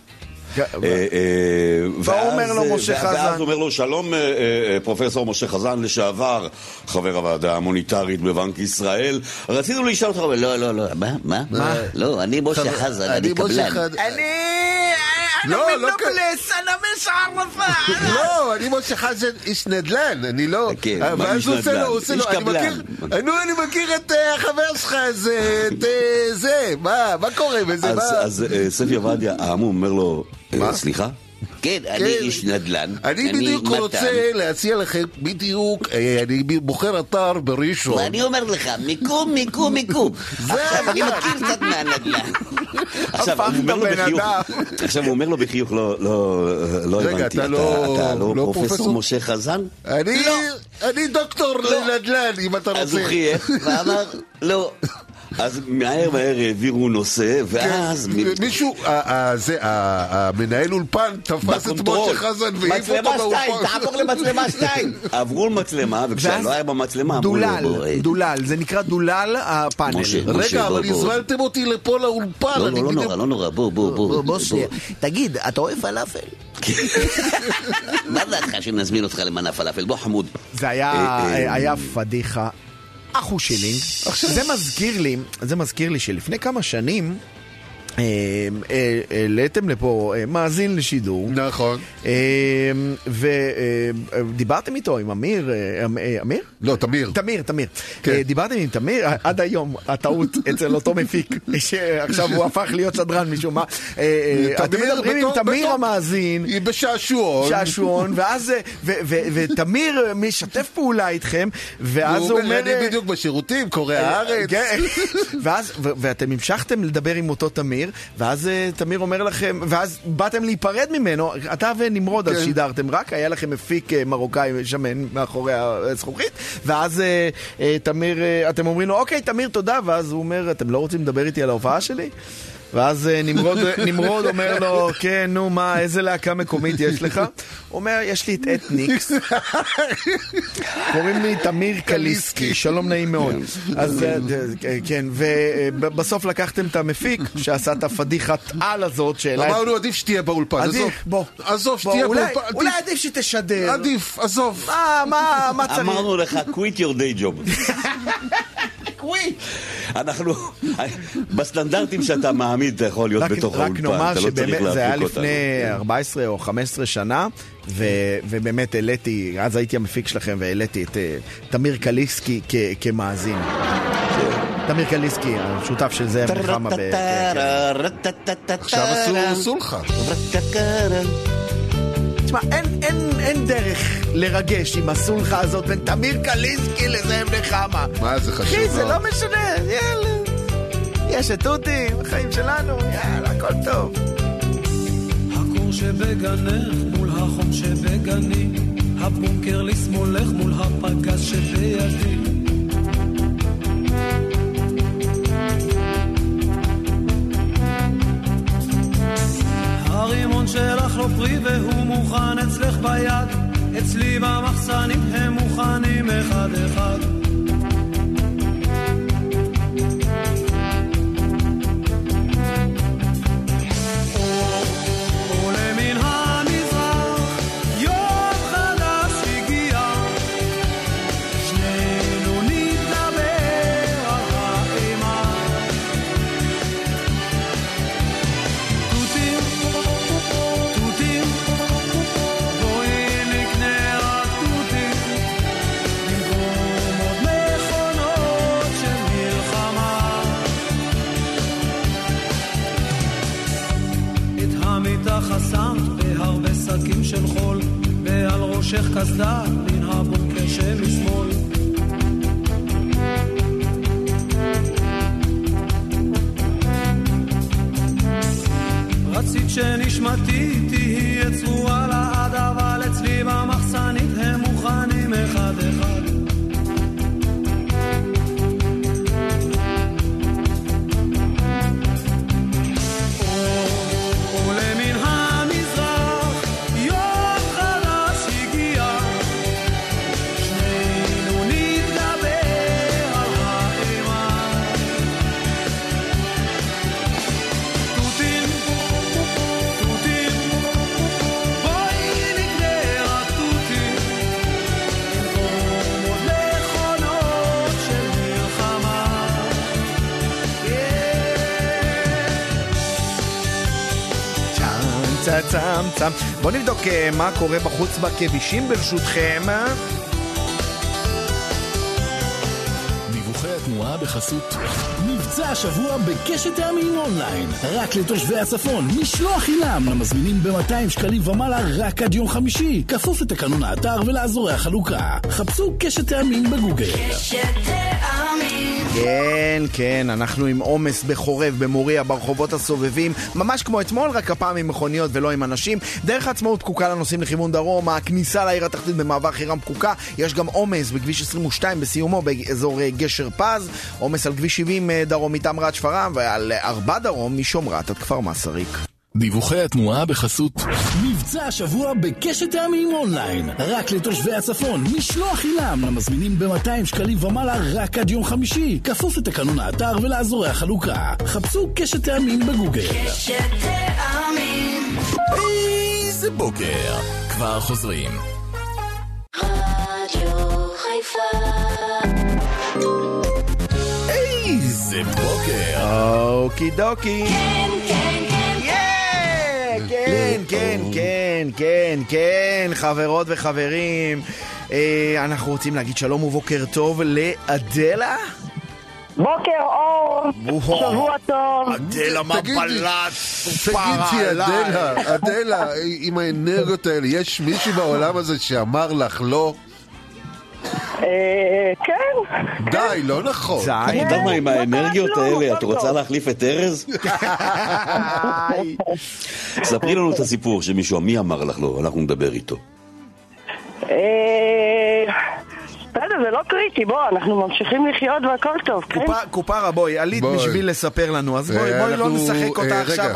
C: והוא אומר לו משה חזן,
E: ואז אומר לו שלום פרופסור משה חזן לשעבר חבר הוועדה המוניטרית בבנק ישראל, רצינו לשאול אותך, לא לא לא מה? מה? לא, אני משה חזן, אני קבלן,
C: אני אני מנובלס, אני משערפה.
D: לא, אני משה חזן איש נדל"ן, אני לא. ואז הוא עושה לו, הוא עושה לו, אני מכיר את החבר שלך, זה, מה קורה בזה?
E: אז ספי עובדיה העמום אומר לו, סליחה? כן, אני איש נדל"ן.
D: אני בדיוק רוצה להציע לכם, בדיוק, אני בוחר אתר בראשון.
E: ואני אומר לך, מיקום, מיקום, מיקום. עכשיו אני מכיר קצת מהנדל"ן. עכשיו הוא אומר לו בחיוך, לא הבנתי, אתה לא פרופסור משה חזן?
D: אני דוקטור לנדל"ן, אם אתה רוצה.
E: אז הוא חייך ואמר, לא. אז מהר מהר העבירו נושא, ואז...
D: מישהו, המנהל אולפן תפס את משה חזן והעיף אותו באולפן.
E: מצלמה שתיים, תעבור למצלמה שתיים. עברו למצלמה, וכשלא היה במצלמה...
C: דולל, דולל, זה נקרא דולל הפאנל.
D: רגע, אבל הזמנתם אותי לפה לאולפן.
E: לא, לא נורא, לא נורא, בוא, בוא, בוא.
C: בוא, שנייה. תגיד, אתה אוהב פלאפל?
E: מה דעתך שנזמין אותך למנה פלאפל? בוא חמוד.
C: זה היה פדיחה. אחו שילינג. זה מזכיר לי, זה מזכיר לי שלפני כמה שנים העליתם לפה מאזין לשידור.
D: נכון.
C: ודיברתם איתו עם אמיר, אמיר?
D: לא, תמיר.
C: תמיר, תמיר. דיברתם עם תמיר, עד היום הטעות אצל אותו מפיק, שעכשיו הוא הפך להיות שדרן משום מה. אתם מדברים עם תמיר המאזין.
D: היא בשעשועון.
C: שעשועון, ואז, ותמיר משתף פעולה איתכם, ואז הוא אומר...
D: אני בדיוק בשירותים, קורא הארץ.
C: ואתם המשכתם לדבר עם אותו תמיר, תמיר, ואז תמיר אומר לכם, ואז באתם להיפרד ממנו, אתה ונמרוד אז שידרתם רק, היה לכם מפיק מרוקאי שמן מאחורי הזכוכית, ואז תמיר, אתם אומרים לו, אוקיי, תמיר, תודה, ואז הוא אומר, אתם לא רוצים לדבר איתי על ההופעה שלי? ואז נמרוד, נמרוד אומר לו, כן, נו, מה, איזה להקה מקומית יש לך? הוא אומר, יש לי את אתניקס. קוראים לי תמיר קליסקי, שלום נעים מאוד. אז כן, ובסוף לקחתם את המפיק, שעשה את הפדיחת על הזאת, שאלה...
D: אמרנו, עדיף שתהיה באולפן, עזוב.
C: בוא.
D: עזוב, שתהיה באולפן.
C: אולי עדיף שתשדר.
D: עדיף, עזוב.
C: מה, מה צריך?
E: אמרנו לך, quit your day job. אנחנו, בסטנדרטים שאתה מעמיד, אתה יכול להיות בתוך האולפן.
C: רק נאמר שבאמת זה היה לפני ארבע עשרה או חמש עשרה שנה, ובאמת העליתי, אז הייתי המפיק שלכם, והעליתי את תמיר קליסקי כמאזין. תמיר קליסקי, השותף של זאב נחמה.
D: עכשיו עשו לך.
C: תשמע, אין דרך לרגש עם הסולחה הזאת בין תמיר קליסקי לזאב נחמה.
D: מה זה חשוב?
C: אחי, זה לא משנה, יאללה. יש את אותי, החיים שלנו, יאללה, הכל טוב.
F: הקור שבגנך מול החום שבגני, הבונקר לשמאלך מול הפגז שבידי. הרימון שלך לא פרי והוא מוכן אצלך ביד, אצלי במחסנים הם מוכנים אחד אחד. חסמת בהרבה שקים של חול, ועל ראשך כסדה מן הבונקר שמשמאל. רצית שנשמתי תהיה צרורה לעד, אבל אצלי במחסנית הם מוכנים אחד אחד.
C: צם צם. בוא נבדוק מה קורה בחוץ בכבישים ברשותכם.
B: דיווחי התנועה בחסות מבצע השבוע בקשת העמים אונליין, רק לתושבי הצפון, משלוח חינם למזמינים ב-מאתיים שקלים ומעלה רק עד יום חמישי, כפוף לתקנון האתר ולאזורי החלוקה. חפשו קשת העמים בגוגל. קשת העמים.
C: כן, כן, אנחנו עם עומס בחורב, במוריה, ברחובות הסובבים, ממש כמו אתמול, רק הפעם עם מכוניות ולא עם אנשים. דרך העצמאות פקוקה לנוסעים לכיוון דרום, הכניסה לעיר התחתית במעבר חירם פקוקה, יש גם עומס בכביש עשרים ושתיים בסיומו באזור גשר פז, עומס על כביש שבעים דרום מתמרת שפרעם, ועל ארבע דרום משומרת עד כפר מסריק.
B: דיווחי התנועה בחסות מבצע השבוע בקשת העמים אונליין, רק לתושבי הצפון, משלוח חינם למזמינים ב-מאתיים שקלים ומעלה רק עד יום חמישי, כפוף לתקנון האתר ולאזורי החלוקה. חפשו קשת העמים בגוגל. קשת העמים.
G: איזה בוקר, כבר חוזרים.
F: רדיו חיפה.
G: איזה בוקר.
C: אוקי דוקי.
F: כן, כן, כן.
C: כן, כן, כן, כן, כן, חברות וחברים, אנחנו רוצים להגיד שלום ובוקר טוב לאדלה.
H: בוקר אור, שבוע טוב.
C: אדלה מבלת,
D: תגידי אדלה, אדלה, עם האנרגיות האלה, יש מישהו בעולם הזה שאמר לך לא?
H: אה, כן.
D: די, לא נכון.
E: אתה יודע מה, עם האנרגיות האלה, את רוצה להחליף את ארז? ספרי לנו את הסיפור שמישהו, מי אמר לך לא? אנחנו נדבר איתו.
H: אה... בסדר, זה לא קריטי, בוא, אנחנו ממשיכים לחיות והכל טוב, כן?
C: קופרה, בואי, עלית בשביל לספר לנו, אז בואי לא נשחק אותה עכשיו.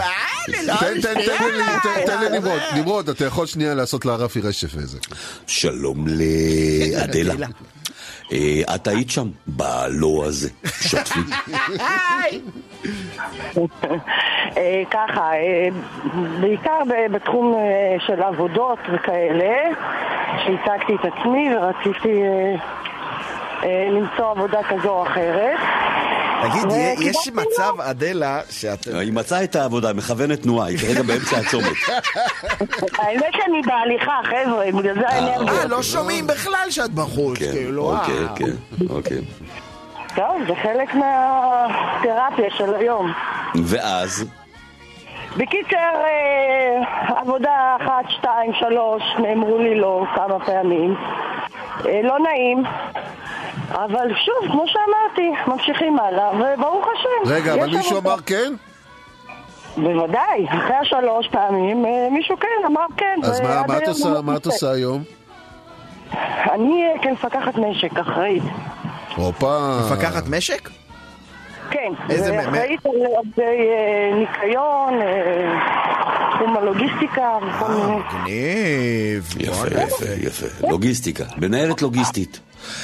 D: תן לי נמרוד, נמרוד, אתה יכול שנייה לעשות לה רפי רשף איזה.
E: שלום לאדלה. את היית שם בלא הזה, שתפי.
H: ככה, בעיקר בתחום של עבודות וכאלה, שהצגתי את עצמי ורציתי למצוא עבודה כזו או אחרת.
C: תגיד, יש מצב, אדלה, שאת...
E: היא מצאה את העבודה, מכוונת תנועה, היא כרגע באמצע הצומת.
H: האמת שאני בהליכה, חבר'ה, בגלל זה האנרגיה.
C: אה, לא שומעים בכלל שאת בחוץ, כאילו, אה.
E: אוקיי, אוקיי, אוקיי.
H: טוב, זה חלק מהתרפיה של היום.
E: ואז?
H: בקיצר, עבודה אחת, שתיים, שלוש, נאמרו לי לא כמה פעמים. לא נעים. אבל שוב, כמו שאמרתי, ממשיכים הלאה, וברוך השם.
D: רגע, אבל מישהו אמר כן?
H: בוודאי, אחרי השלוש פעמים, מישהו כן, אמר כן.
D: אז מה את עושה היום?
H: אני כמפקחת משק, אחראית.
D: הופה.
C: מפקחת משק?
H: כן, אחראית על עובדי ניקיון, תחום הלוגיסטיקה וכל מיני.
C: גניב.
E: יפה, יפה, יפה. לוגיסטיקה, מנהלת לוגיסטית.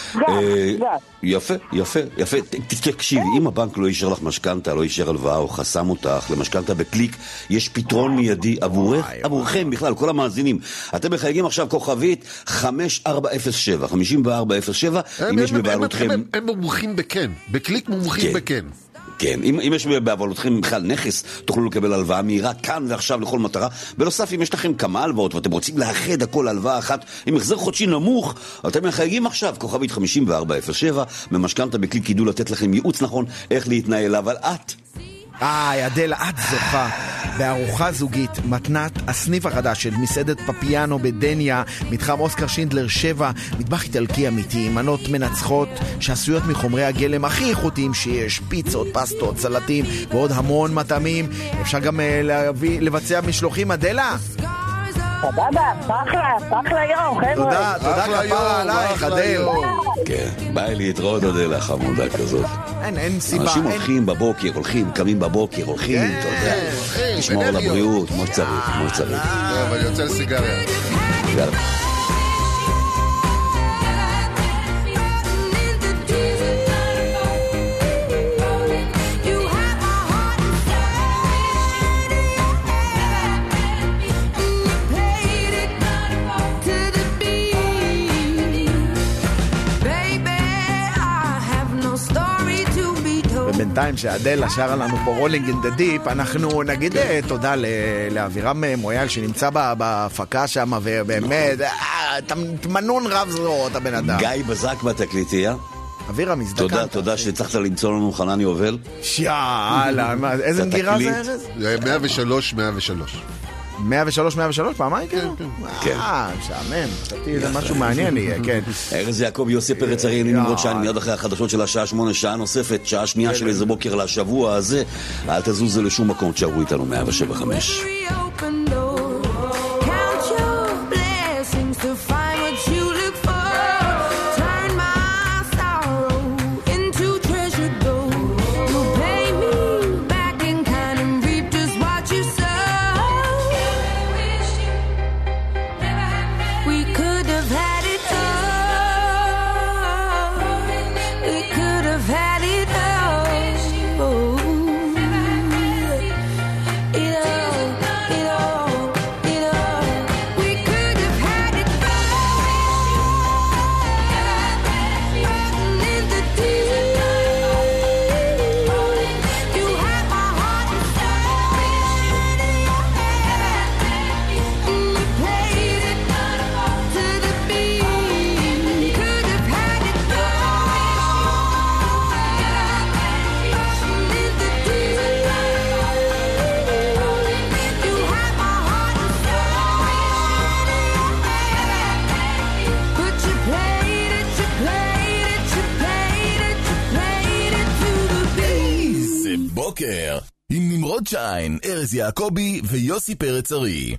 E: יפה, יפה, יפה. תקשיבי, אם הבנק לא אישר לך משכנתה, לא אישר הלוואה או חסם אותך למשכנתה בקליק, יש פתרון מיידי עבורך, עבורכם בכלל, כל המאזינים. אתם מחייגים עכשיו כוכבית חמש ארבע אפס שבע, חמישים וארבע אפס שבע, אם יש בבעלותכם...
D: הם מומחים בכן, בקליק מומחים בכן.
E: כן, אם, אם יש בעבודתכם בכלל נכס, תוכלו לקבל הלוואה מהירה כאן ועכשיו לכל מטרה. בנוסף, אם יש לכם כמה הלוואות ואתם רוצים לאחד הכל הלוואה אחת עם החזר חודשי נמוך, אתם מחייגים עכשיו כוכבית חמישים וארבע אפס שבע, במשכנתה בקליק ידעו לתת לכם ייעוץ נכון איך להתנהל, אבל את...
C: איי, אדלה, את זוכה בארוחה זוגית, מתנת הסניף החדש של מסעדת פפיאנו בדניה, מתחם אוסקר שינדלר שבע, מטבח איטלקי אמיתי, מנות מנצחות שעשויות מחומרי הגלם הכי איכותיים שיש, פיצות, פסטות, סלטים ועוד המון מטעמים. אפשר גם להביא, לבצע משלוחים, אדלה?
H: סבבה, פחלה, פחלה יום, חבר'ה.
C: תודה, תודה כפרה עלייך, אדל.
E: כן, ביי להתראות, אדלה, חמודה כזאת.
C: אין, אין סיבה.
E: אנשים הולכים בבוקר, הולכים, קמים בבוקר, הולכים, אתה יודע, לשמור על הבריאות, כמו שצריך, כמו שצריך.
D: אבל יוצא לסיגריה.
E: יאללה.
C: בינתיים שאדלה שרה לנו פה רולינג אין דה דיפ, אנחנו נגיד תודה לאבירם מויאל שנמצא בהפקה שם, ובאמת מנון רב זרועות הבן אדם.
E: גיא בזק בתקליטייה.
C: אבירם הזדקנת.
E: תודה, תודה שהצלחת למצוא לנו חנן יובל.
C: שיאללה, איזה מגירה זה ארז?
D: מאה ושלוש, מאה ושלוש.
C: מאה ושלוש, מאה ושלוש, פעמיים כאילו?
E: כן.
C: אה, שעמם, חשבתי זה משהו מעניין יהיה, כן.
E: ארז יעקב, יוסי פרץ אריאל, נמרוד שן, מיד אחרי החדשות של השעה שמונה, שעה נוספת, שעה שנייה של איזה בוקר לשבוע הזה. אל תזוזו לשום מקום, תשארו איתנו מאה שבע חמש.
G: בוקר עם נמרוד שיין, ארז יעקבי ויוסי פרץ ארי.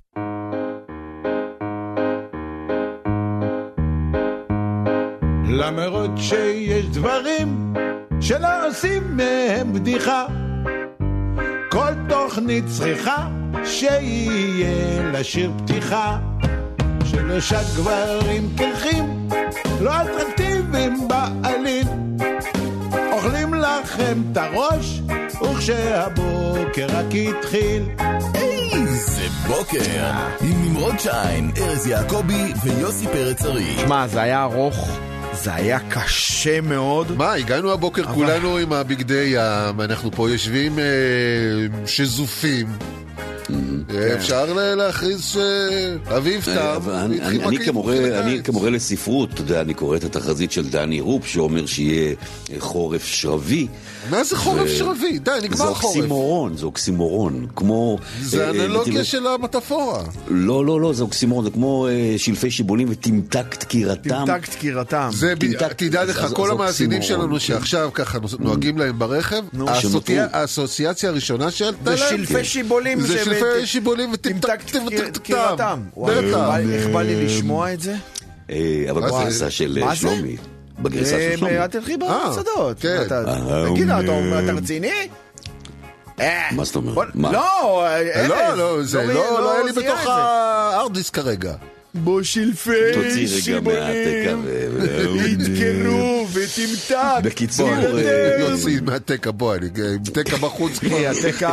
A: למרות שיש דברים שלא עושים מהם בדיחה, כל תוכנית צריכה שיהיה לשיר פתיחה, שלושה גברים קרחים לא אטרקטיביים בעליל אוכלים לכם את הראש וכשהבוקר רק התחיל.
G: איזה בוקר עם נמרוד שיין, ארז יעקבי ויוסי פרץ ארי.
C: שמע, זה היה ארוך, זה היה קשה מאוד.
D: מה, הגענו הבוקר אבל... כולנו עם הבגדי ים, אנחנו פה יושבים אה, שזופים. אפשר להכריז שאביב תם.
E: אני כמורה לספרות, אתה יודע, אני קורא את התחזית של דני רופ שאומר שיהיה חורף שרבי.
D: מה זה חורף שרבי? די, נגמר חורף.
E: זה אוקסימורון, זה אוקסימורון, כמו...
D: זה אנלוגיה של המטאפורה.
E: לא, לא, לא, זה אוקסימורון, זה כמו שלפי שיבולים ותמתק תקירתם.
C: תמתק תקירתם.
D: תדע לך, כל המאזינים שלנו שעכשיו ככה נוהגים להם ברכב, האסוציאציה הראשונה שעלתה להם
C: זה שלפי שיבולים
D: זה שלפי שיבולים ותמתק
C: תקירתם. איך בא לי לשמוע את זה?
E: אבל בגרסה של שלומי. בגרסה של שלומי.
C: את תלכי בצדות. תגיד, אתה רציני?
E: מה זאת אומרת?
C: לא,
D: לא, לא, זה לא היה לי בתוך הארדיס כרגע.
C: בו שלפי שיבולים יתקרו ותמתק.
E: בקיצור,
D: יוצאים מהתקה, בוא, אני תקה בחוץ כבר.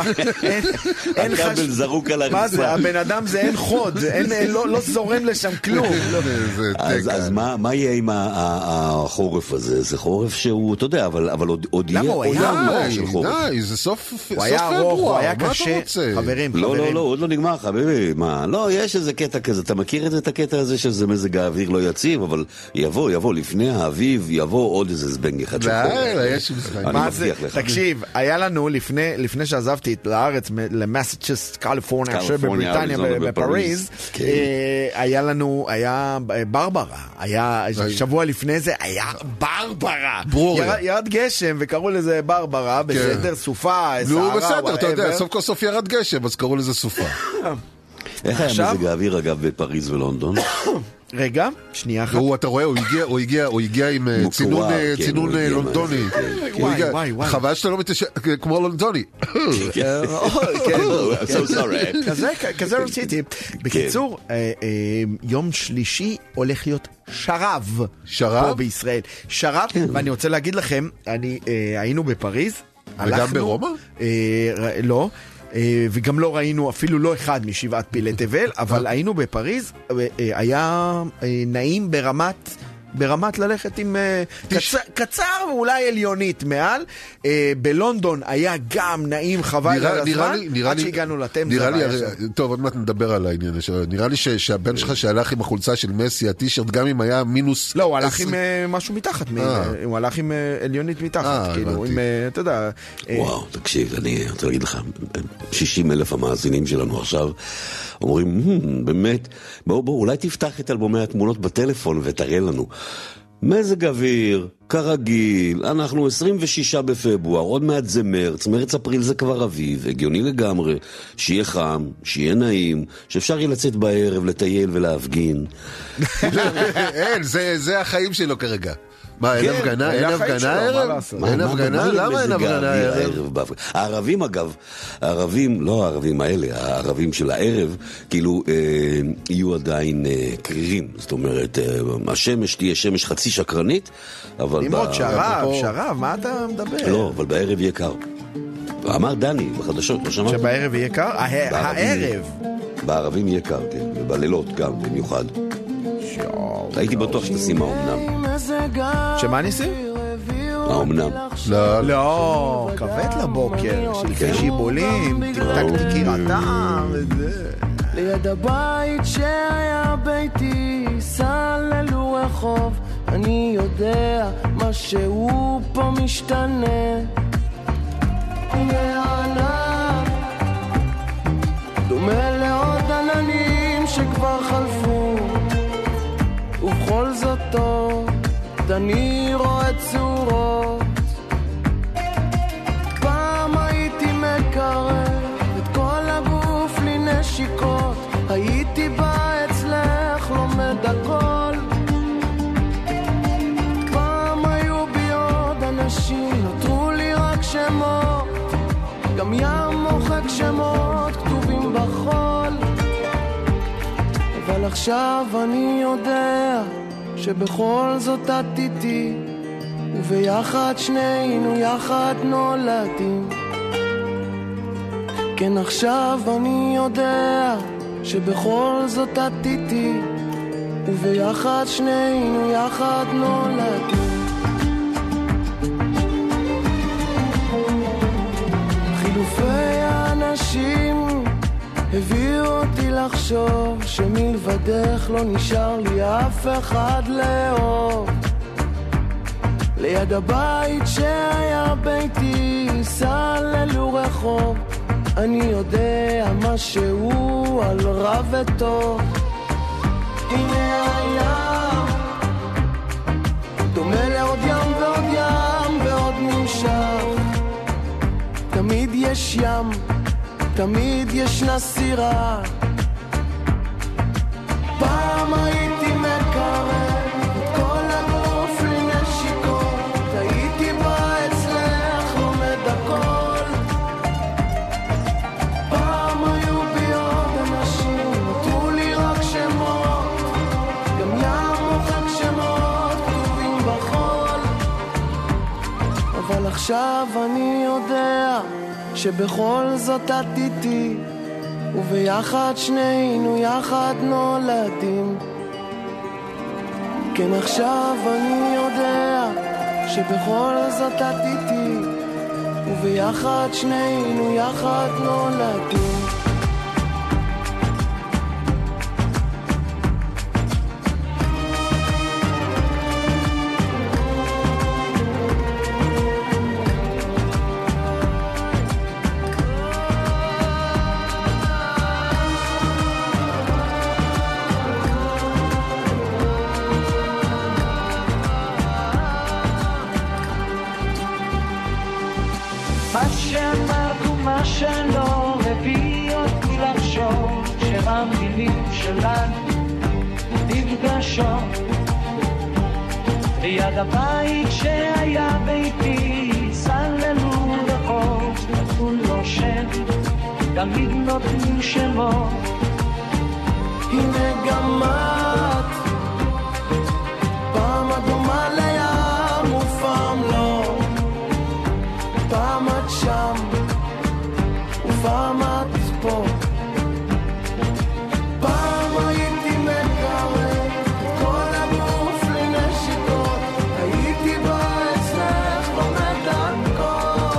E: הכבל זרוק על הרצפה.
C: מה זה, הבן אדם זה אין חוד, לא זורם לשם כלום.
E: אז מה יהיה עם החורף הזה? זה חורף שהוא, אתה יודע, אבל עוד יהיה עולם של חורף.
D: די, זה סוף פברואר.
C: הוא היה ארוך, הוא היה קשה. חברים,
E: לא, לא, לא, עוד לא נגמר, חביבי. מה, לא, יש איזה קטע כזה, אתה מכיר את זה? הקטע הזה שזה מזג האוויר לא יציב, אבל יבוא, יבוא, לפני האביב, יבוא עוד איזה זבנג אחד של חורף.
C: מה זה? תקשיב, היה לנו, לפני שעזבתי את לארץ, למסצ'וסטס, קליפורניה, שבבריטניה, בפריז, היה לנו, היה ברברה, היה, שבוע לפני זה, היה ברברה. ירד גשם, וקראו לזה ברברה, בסדר, סופה,
D: נו, בסדר, אתה יודע, סוף כל סוף ירד גשם, אז קראו לזה סופה.
E: איך היה מזג האוויר אגב בפריז ולונדון?
C: רגע, שנייה אחת.
D: אתה רואה, הוא הגיע עם צינון לונדוני. חבל שאתה לא מתשע, כמו לונדוני.
C: כזה רציתי. בקיצור, יום שלישי הולך להיות שרב.
D: שרב?
C: פה בישראל. שרב, ואני רוצה להגיד לכם, היינו בפריז.
D: וגם ברומא?
C: לא. וגם לא ראינו אפילו לא אחד משבעת פילי תבל, אבל היינו בפריז, היה נעים ברמת ברמת ללכת עם קצר, קצר ואולי עליונית מעל. בלונדון היה גם נעים חבל על הזמן, עד שהגענו לטמזה.
D: נראה לי, טוב, עוד מעט נדבר על העניין. נראה לי שהבן שלך שהלך עם החולצה של מסי, הטישרט, גם אם היה מינוס...
C: לא, הוא הלך עם משהו מתחת, הוא הלך עם עליונית מתחת, כאילו, עם, אתה יודע...
E: וואו, תקשיב, אני רוצה להגיד לך, שישים אלף המאזינים שלנו עכשיו, אומרים, באמת, בואו, בואו, אולי תפתח את אלבומי התמונות בטלפון ותראה לנו. מזג אוויר, כרגיל, אנחנו עשרים ושישה בפברואר, עוד מעט זה מרץ, מרץ אפריל זה כבר אביב, הגיוני לגמרי, שיהיה חם, שיהיה נעים, שאפשר יהיה לצאת בערב, לטייל ולהפגין.
D: אין, זה החיים שלו כרגע. מה, אין הפגנה? אין הפגנה ערב? אין הפגנה? למה אין הפגנה ערב?
E: הערבים אגב, הערבים, לא הערבים האלה, הערבים של הערב, כאילו יהיו עדיין קרירים. זאת אומרת, השמש תהיה שמש חצי שקרנית, אבל...
C: נמרוד, שרב, שרב, מה אתה מדבר?
E: לא, אבל בערב יהיה קר. אמר דני בחדשות, לא שמעת?
C: שבערב יהיה קר? הערב.
E: בערבים יהיה קר, כן, ובלילות גם במיוחד. הייתי בטוח שתשים האומנם.
C: שמה ניסים?
E: האומנם.
D: לא,
C: לא, כבד לבוקר, שלפי שיבולים, תמתק תקירתם וזה.
F: ליד הבית שהיה ביתי, סללו רחוב, אני יודע משהו פה משתנה. וענן דומה לעוד עננים שכבר חלפו, ובכל זאת עוד אני רואה צורות. פעם הייתי
I: גם ים מוחק שמות כתובים בחול, אבל עכשיו אני יודע שבכל זאת את איתי, וביחד שנינו יחד נולדים. כן, עכשיו אני יודע שבכל זאת את איתי, וביחד שנינו יחד נולדים. חילופי האנשים הביאו אותי לחשוב שמלבדך לא נשאר לי אף אחד לאהוב. ליד הבית שהיה ביתי סללו רחוב, אני יודע משהו על רע וטוב. הנה הים דומה לעוד ים ועוד ים ועוד נמשך, תמיד יש ים, תמיד ישנה סירה. פעם הייתי מקרב את כל הגוף לנשיקות, הייתי בא אצלך לומד הכל. פעם היו בי עוד אנשים, נותרו לי רק שמות, גם ים מוחק שמות כתובים בחול. אבל עכשיו אני יודע שבכל זאת את איתי, וביחד שנינו יחד נולדים. כן, עכשיו אני יודע שבכל זאת את איתי, וביחד שנינו יחד נולדים.
F: שלא מביא אותי לחשוב שהמילים שלנו נפגשות ליד הבית שהיה ביתי סללו רחוב, נתנו לו שם, תמיד נותנים שמות.
I: הנה גם את פעם אדומה לים ופעם לא, פעם את שם פעם את פה. פעם הייתי מקרב כל הגוף לנשיקות, הייתי בא אצלך לומד הכל.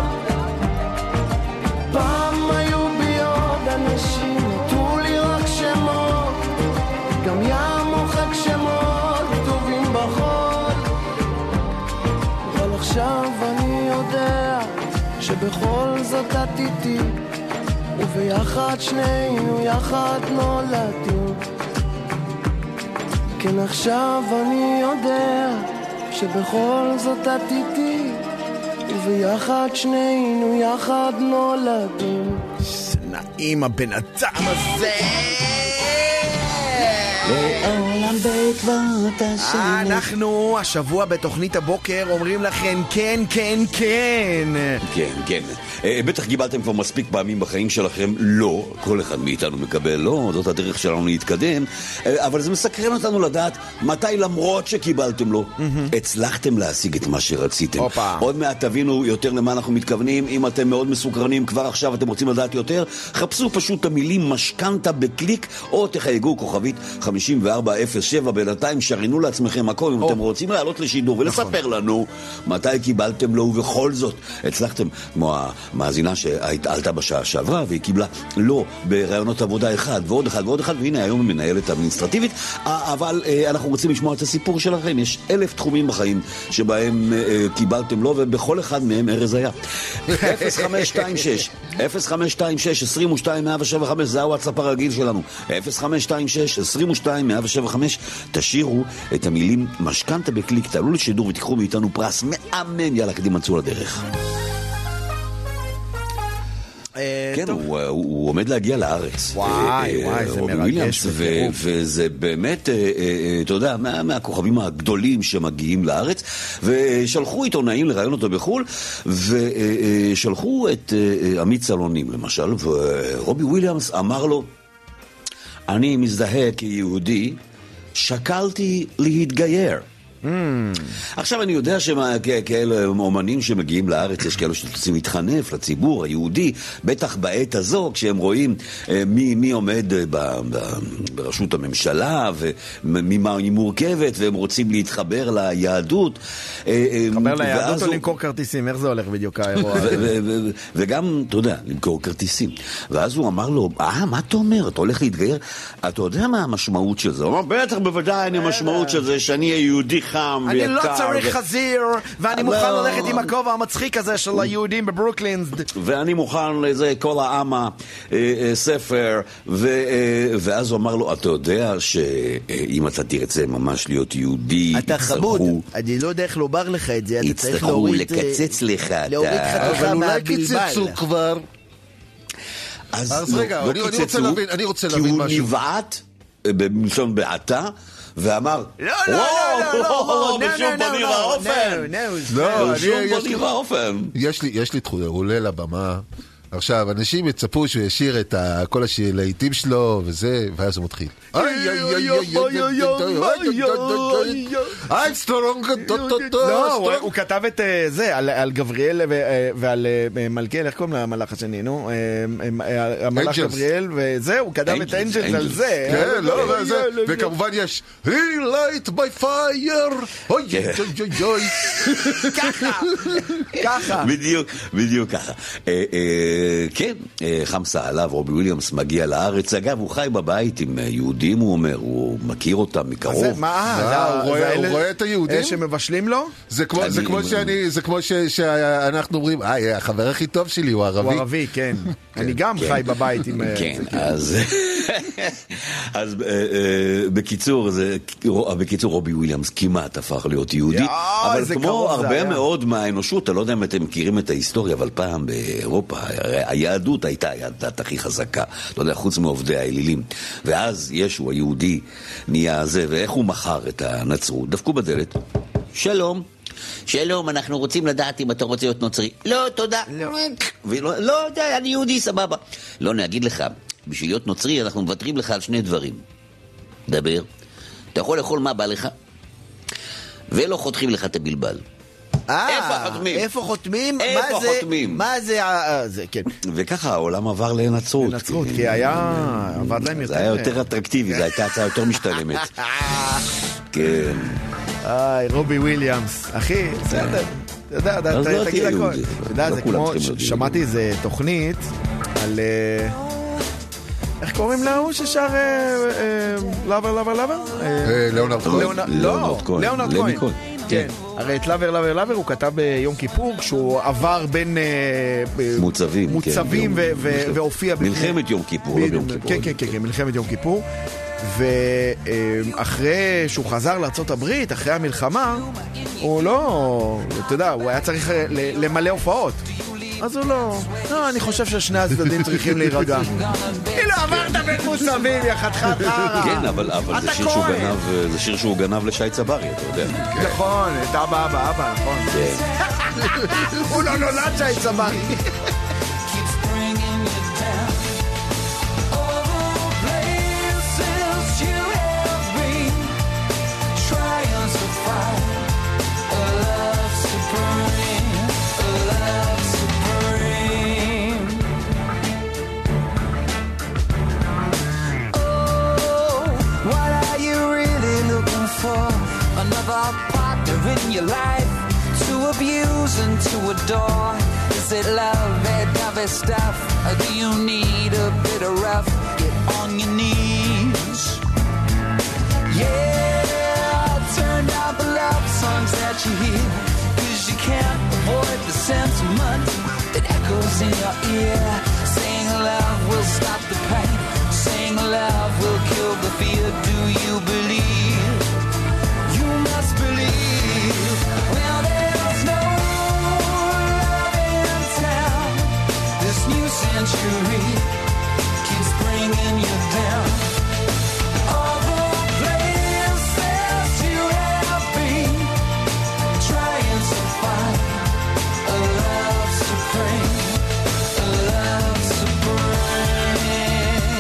I: פעם היו בי עוד אנשים, נותרו לי רק שמות, גם ים מוחק שמות כתובים בחול. אבל עכשיו אני יודע שבכל זאת את איתי, וביחד שנינו יחד נולדים. כן, עכשיו אני יודע שבכל זאת את איתי, וביחד שנינו יחד נולדים.
C: נעים הבן אדם הזה.
E: לעולם בעקבות השמש.
C: אנחנו השבוע בתוכנית הבוקר אומרים לכם כן, כן, כן.
E: כן, כן. בטח קיבלתם כבר מספיק פעמים בחיים שלכם לא, כל אחד מאיתנו מקבל לא, זאת הדרך שלנו להתקדם, אבל זה מסקרן אותנו לדעת מתי למרות שקיבלתם לא, הצלחתם להשיג את מה שרציתם. עוד מעט תבינו יותר למה אנחנו מתכוונים. אם אתם מאוד מסוקרנים כבר עכשיו, אתם רוצים לדעת יותר, חפשו פשוט את המילים משכנתה בקליק, או תחייגו כוכבית חמישים וארבע אפס שבע, בינתיים שרינו לעצמכם הכל, אם אתם רוצים לעלות לשידור ולספר לנו מתי קיבלתם לא ובכל זאת הצלחתם, כמו המאזינה שעלתה בשעה שעברה והיא קיבלה לא ברעיונות עבודה אחד ועוד אחד ועוד אחד, והנה היום היא מנהלת אדמיניסטרטיבית. אבל אנחנו רוצים לשמוע את הסיפור שלכם. יש אלף תחומים בחיים שבהם קיבלתם לא, ובכל אחד מהם ארז היה. אפס חמש שתיים שש אפס חמש שתיים שש עשרים ושתיים מאה שבע וחמש, זה הוואטסאפ הרגיל שלנו. אפס חמש שתיים שש עשרים ושתיים מאה שבע וחמש. תשאירו את המילים משכנתה בקליק, תעלו לשידור ותיקחו מאיתנו פרס מאמן. יאללה, קדימה, צאו לדרך. כן, הוא, הוא עומד להגיע לארץ.
C: וואי, וואי, זה מרגש.
E: ו- וזה באמת, אתה יודע, מה, מהכוכבים הגדולים שמגיעים לארץ, ושלחו עיתונאים לראיון אותו בחול, ושלחו את עמית סלונים, למשל, ורובי וויליאמס אמר לו, אני מזדהה כיהודי, שקלתי להתגייר. Mm. עכשיו אני יודע שכאלה אומנים שמגיעים לארץ, יש כאלה שרוצים להתחנף לציבור היהודי, בטח בעת הזו כשהם רואים מי, מי עומד ב, ב, בראשות הממשלה וממה היא מורכבת, והם רוצים להתחבר ליהדות,
C: להתחבר ליהדות או למכור כרטיסים, איך זה הולך בדיוק האירוע?
E: וגם, אתה יודע, למכור כרטיסים. ואז הוא אמר לו, אה, מה אתה אומר? אתה הולך להתגייר? אתה יודע מה המשמעות של זה? הוא אמר, בטח בוודאי אני המשמעות של זה שאני יהודי חם ויקר.
C: אני לא צריך חזיר, ואני מוכן ללכת עם הכובע המצחיק הזה של היהודים בברוקלין.
E: ואני מוכן לזה כל העם ספר, ואז הוא אמר לו, אתה יודע שאם אתה תרצה ממש להיות יהודי,
C: אתה חמוד, אני לא יודע איך לומר לך את זה, אתה צריך
E: יצטרכו לקצץ לך.
C: להוריד חתיכה
D: אבל אולי
C: מהבלבל.
D: קיצצו כבר. אז רגע, אני רוצה להבין, אני רוצה להבין משהו.
E: כי הוא נבעט, בלשון בעתה, ואמר,
C: לא, לא, לא, לא,
E: בשום פנים ואופן.
D: לא,
E: בשום פנים ואופן.
D: יש לי תחושה, הוא עולה לבמה. עכשיו, אנשים יצפו שהוא ישיר את כל הלהיטים שלו וזה, ואז הוא מתחיל.
C: לא, הוא כתב את זה על גבריאל ועל מלכיאל, איך קוראים למלאך השני, נו? המלאך גבריאל וזה, הוא כתב את אנג'לס על זה.
D: כן, לא, זה, וכמובן יש He light by fire. אוי, אוי, אוי, אוי.
C: ככה, ככה.
E: בדיוק, בדיוק ככה. כן, חמסה עליו, רובי וויליאמס מגיע לארץ. אגב, הוא חי בבית עם יהודים, הוא אומר, הוא מכיר אותם מקרוב.
C: מה?
D: הוא רואה את היהודים?
C: שמבשלים לו?
D: זה כמו שאנחנו אומרים, אה, החבר הכי טוב שלי הוא ערבי.
C: הוא ערבי, כן. אני גם חי בבית עם...
E: כן, אז... אז בקיצור, בקיצור רובי וויליאמס כמעט הפך להיות יהודי, אבל כמו הרבה מאוד מהאנושות, אתה לא יודע אם אתם מכירים את ההיסטוריה, אבל פעם באירופה היהדות הייתה הדת הכי חזקה, לא יודע, חוץ מעובדי האלילים, ואז ישו היהודי נהיה זה, ואיך הוא מכר את הנצרות? דפקו בדלת, שלום שלום, אנחנו רוצים לדעת אם אתה רוצה להיות נוצרי. לא, תודה. לא, לא, אני יהודי, סבבה. לא, נגיד לך, בשביל להיות נוצרי אנחנו מוותרים לך על שני דברים. דבר, אתה יכול לאכול מה בא לך, ולא חותכים לך את הבלבל. איפה חותמים?
C: איפה חותמים?
E: איפה חותמים?
C: מה זה, כן.
E: וככה העולם עבר לנצרות.
C: לנצרות, כי היה, עבד להם יותר.
E: זה היה יותר אטרקטיבי, זו הייתה הצעה יותר משתלמת. כן.
C: איי, רובי וויליאמס. אחי, בסדר. אתה יודע, תגיד הכל. אתה יודע, זה כמו, שמעתי איזה תוכנית על... איך קוראים להוא ששר לבר, לבר, לבר?
D: ליאונרד כהן.
C: לא, ליאונרד כהן. כן, הרי את לבר, לבר, לבר הוא כתב ביום כיפור, כשהוא עבר בין
E: מוצבים
C: מוצבים והופיע...
E: מלחמת יום כיפור, לא ביום כיפור.
C: כן, כן, כן, מלחמת יום כיפור. ואחרי שהוא חזר לארצות הברית, אחרי המלחמה, הוא לא, אתה יודע, הוא היה צריך למלא הופעות. אז הוא לא, לא, אני חושב ששני הצדדים צריכים להירגע. אילו עברת בין מוצבים, יא חתיכה.
E: כן, אבל זה שיר שהוא גנב לשי צברי, אתה יודע.
C: נכון, את אבא, אבא, אבא, נכון. הוא לא נולד שי צברי.
J: Another partner in your life to abuse and to adore. Is it love, that dovey stuff? Or do you need a bit of rough? Get on your knees. Yeah, turn down the love songs that you hear, 'cause you can't avoid the sentiment that echoes in your ear. Saying love will stop the pain, saying love will kill the fear. Do you believe? You must believe. Well, there's no love in town. This new century keeps bringing you down. All the places you have been, trying to find a love supreme, a love supreme.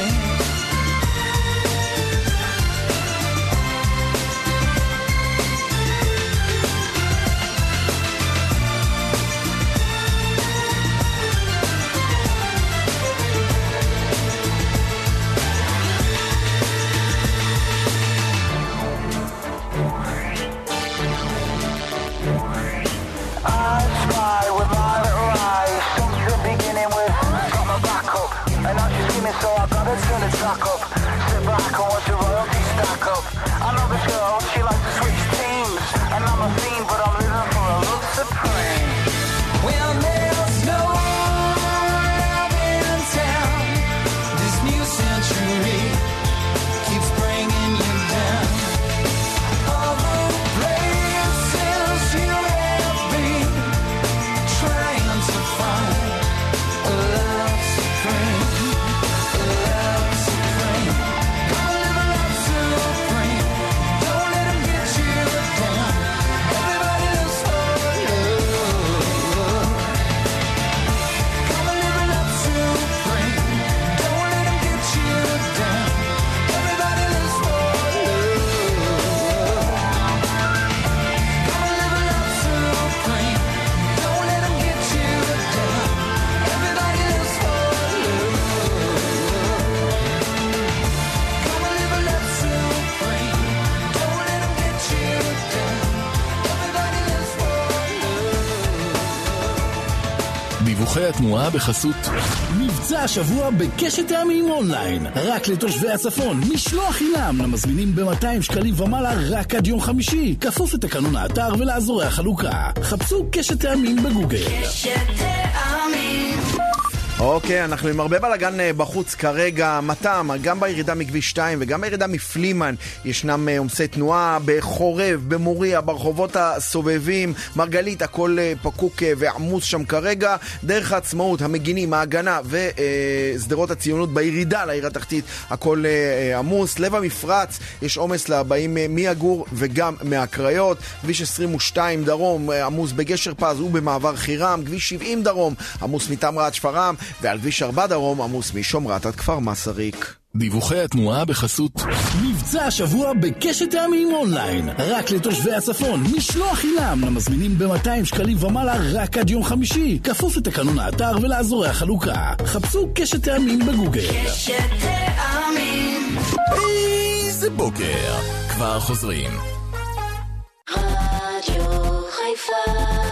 J: I spy with my little eyes, something beginning with got my back up, and now she's screaming, so I gotta turn the track up. Sit back and watch the royalty stack up. I know this girl, she likes to switch teams, and I'm a fiend, but I'm living for a love supreme. Well, there's no love in town. This new century keeps bringing you down. All the places you have been, trying to find a love supreme, a love supreme. Come live a love supreme. Don't let 'em get you down. Everybody lives for love. Come live a love supreme. Don't let 'em get you down. Everybody lives for love. Come live a love supreme. Don't let 'em get you down. Everybody lives for love. Come live a love supreme. Don't let 'em get you down. Everybody lives for love.
B: דיווחי התנועה בחסות מבצע השבוע בקשת טעמים אונליין, רק לתושבי הצפון, משלוח חינם למזמינים ב-מאתיים שקלים ומעלה רק עד יום חמישי, כפוף לתקנון האתר ולאזורי החלוקה. חפשו קשת טעמים בגוגל.
C: אוקיי, אנחנו עם הרבה בלגן בחוץ כרגע, מתם, גם בירידה מכביש שתיים וגם בירידה מפלימן ישנם עומסי תנועה בחורב, במוריה, ברחובות הסובבים, מרגלית, הכל פקוק ועמוס שם כרגע. דרך העצמאות, המגינים, ההגנה וסדרות הציונות בירידה לעיר התחתית, הכל עמוס. לב המפרץ, יש עומס לבאים מיגור וגם מהקריות. כביש עשרים ושתיים דרום, עמוס בגשר פז ובמעבר חירם. כביש שבעים דרום, עמוס מתמרה עד שפרעם, ועל כביש ארבע דרום עמוס משומרת עד כפר מסריק.
B: דיווחי התנועה בחסות מבצע השבוע בקשת טעמים אונליין, רק לתושבי הצפון, משלוח חינם למזמינים ב-מאתיים שקלים ומעלה רק עד יום חמישי, כפוף לתקנון האתר ולאזורי החלוקה. חפשו קשת טעמים בגוגל.
F: קשת טעמים.
G: איזה בוקר, כבר חוזרים.
F: רדיו חיפה.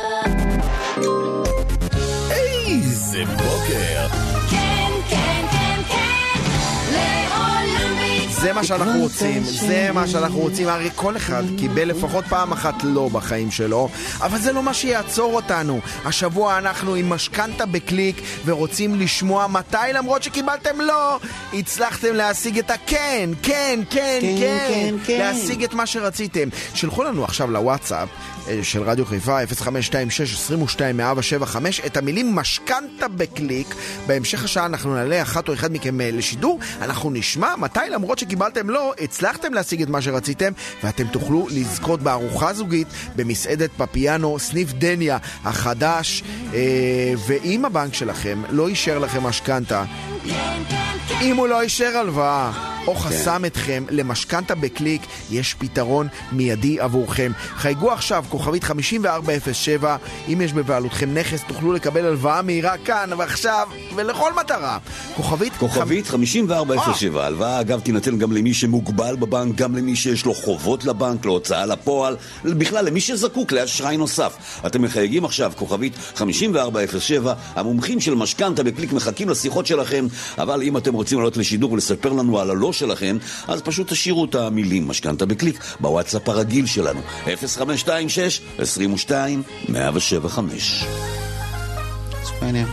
G: איזה בוקר.
F: כן, כן, כן, כן, לעולם ביצוע.
C: זה מה שאנחנו רוצים, זה מה שאנחנו רוצים. הרי כל אחד קיבל לפחות פעם אחת לא בחיים שלו, אבל זה לא מה שיעצור אותנו. השבוע אנחנו עם משכנתה בקליק ורוצים לשמוע מתי למרות שקיבלתם לא הצלחתם להשיג את הכן, כן, כן, כן, כן, להשיג את מה שרציתם. שלחו לנו עכשיו לוואטסאפ של רדיו חיפה אפס חמש שתיים שש עשרים ושתיים מאה שבע חמש את המילים משכנתה בקליק. בהמשך השעה אנחנו נעלה אחת או אחד מכם לשידור, אנחנו נשמע מתי למרות שקיבלתם לא הצלחתם להשיג את מה שרציתם, ואתם תוכלו לזכות בארוחה זוגית במסעדת פפיאנו סניף דניה החדש. ואם הבנק שלכם לא אישר לכם משכנתה, אם הוא לא אישר הלוואה או חסם אתכם למשכנתה בקליק, יש פתרון מיידי עבורכם. חייגו עכשיו כוכבית חמישים וארבע אפס שבע. אם יש בבעלותכם נכס תוכלו לקבל הלוואה מהירה כאן ועכשיו ולכל מטרה. כוכבית
E: כוכבית חמישים וארבע אפס שבע. הלוואה אגב תינתן גם למי שמוגבל בבנק, גם למי שיש לו חובות לבנק, להוצאה לפועל, בכלל למי שזקוק לאשראי נוסף. אתם מחייגים עכשיו כוכבית חמישים וארבע אפס שבע. המומחים של משכנתה בקליק מחכים לשיחות שלכם, אבל אם אתם רוצים לעלות לשידור ולספר לנו על הלא שלכם, אז פשוט תשאירו את המילים משכנתה בקליק בוואטסאפ הרגיל שלנו אפס חמש שתיים שש עשרים ושתיים מאה שבע חמש.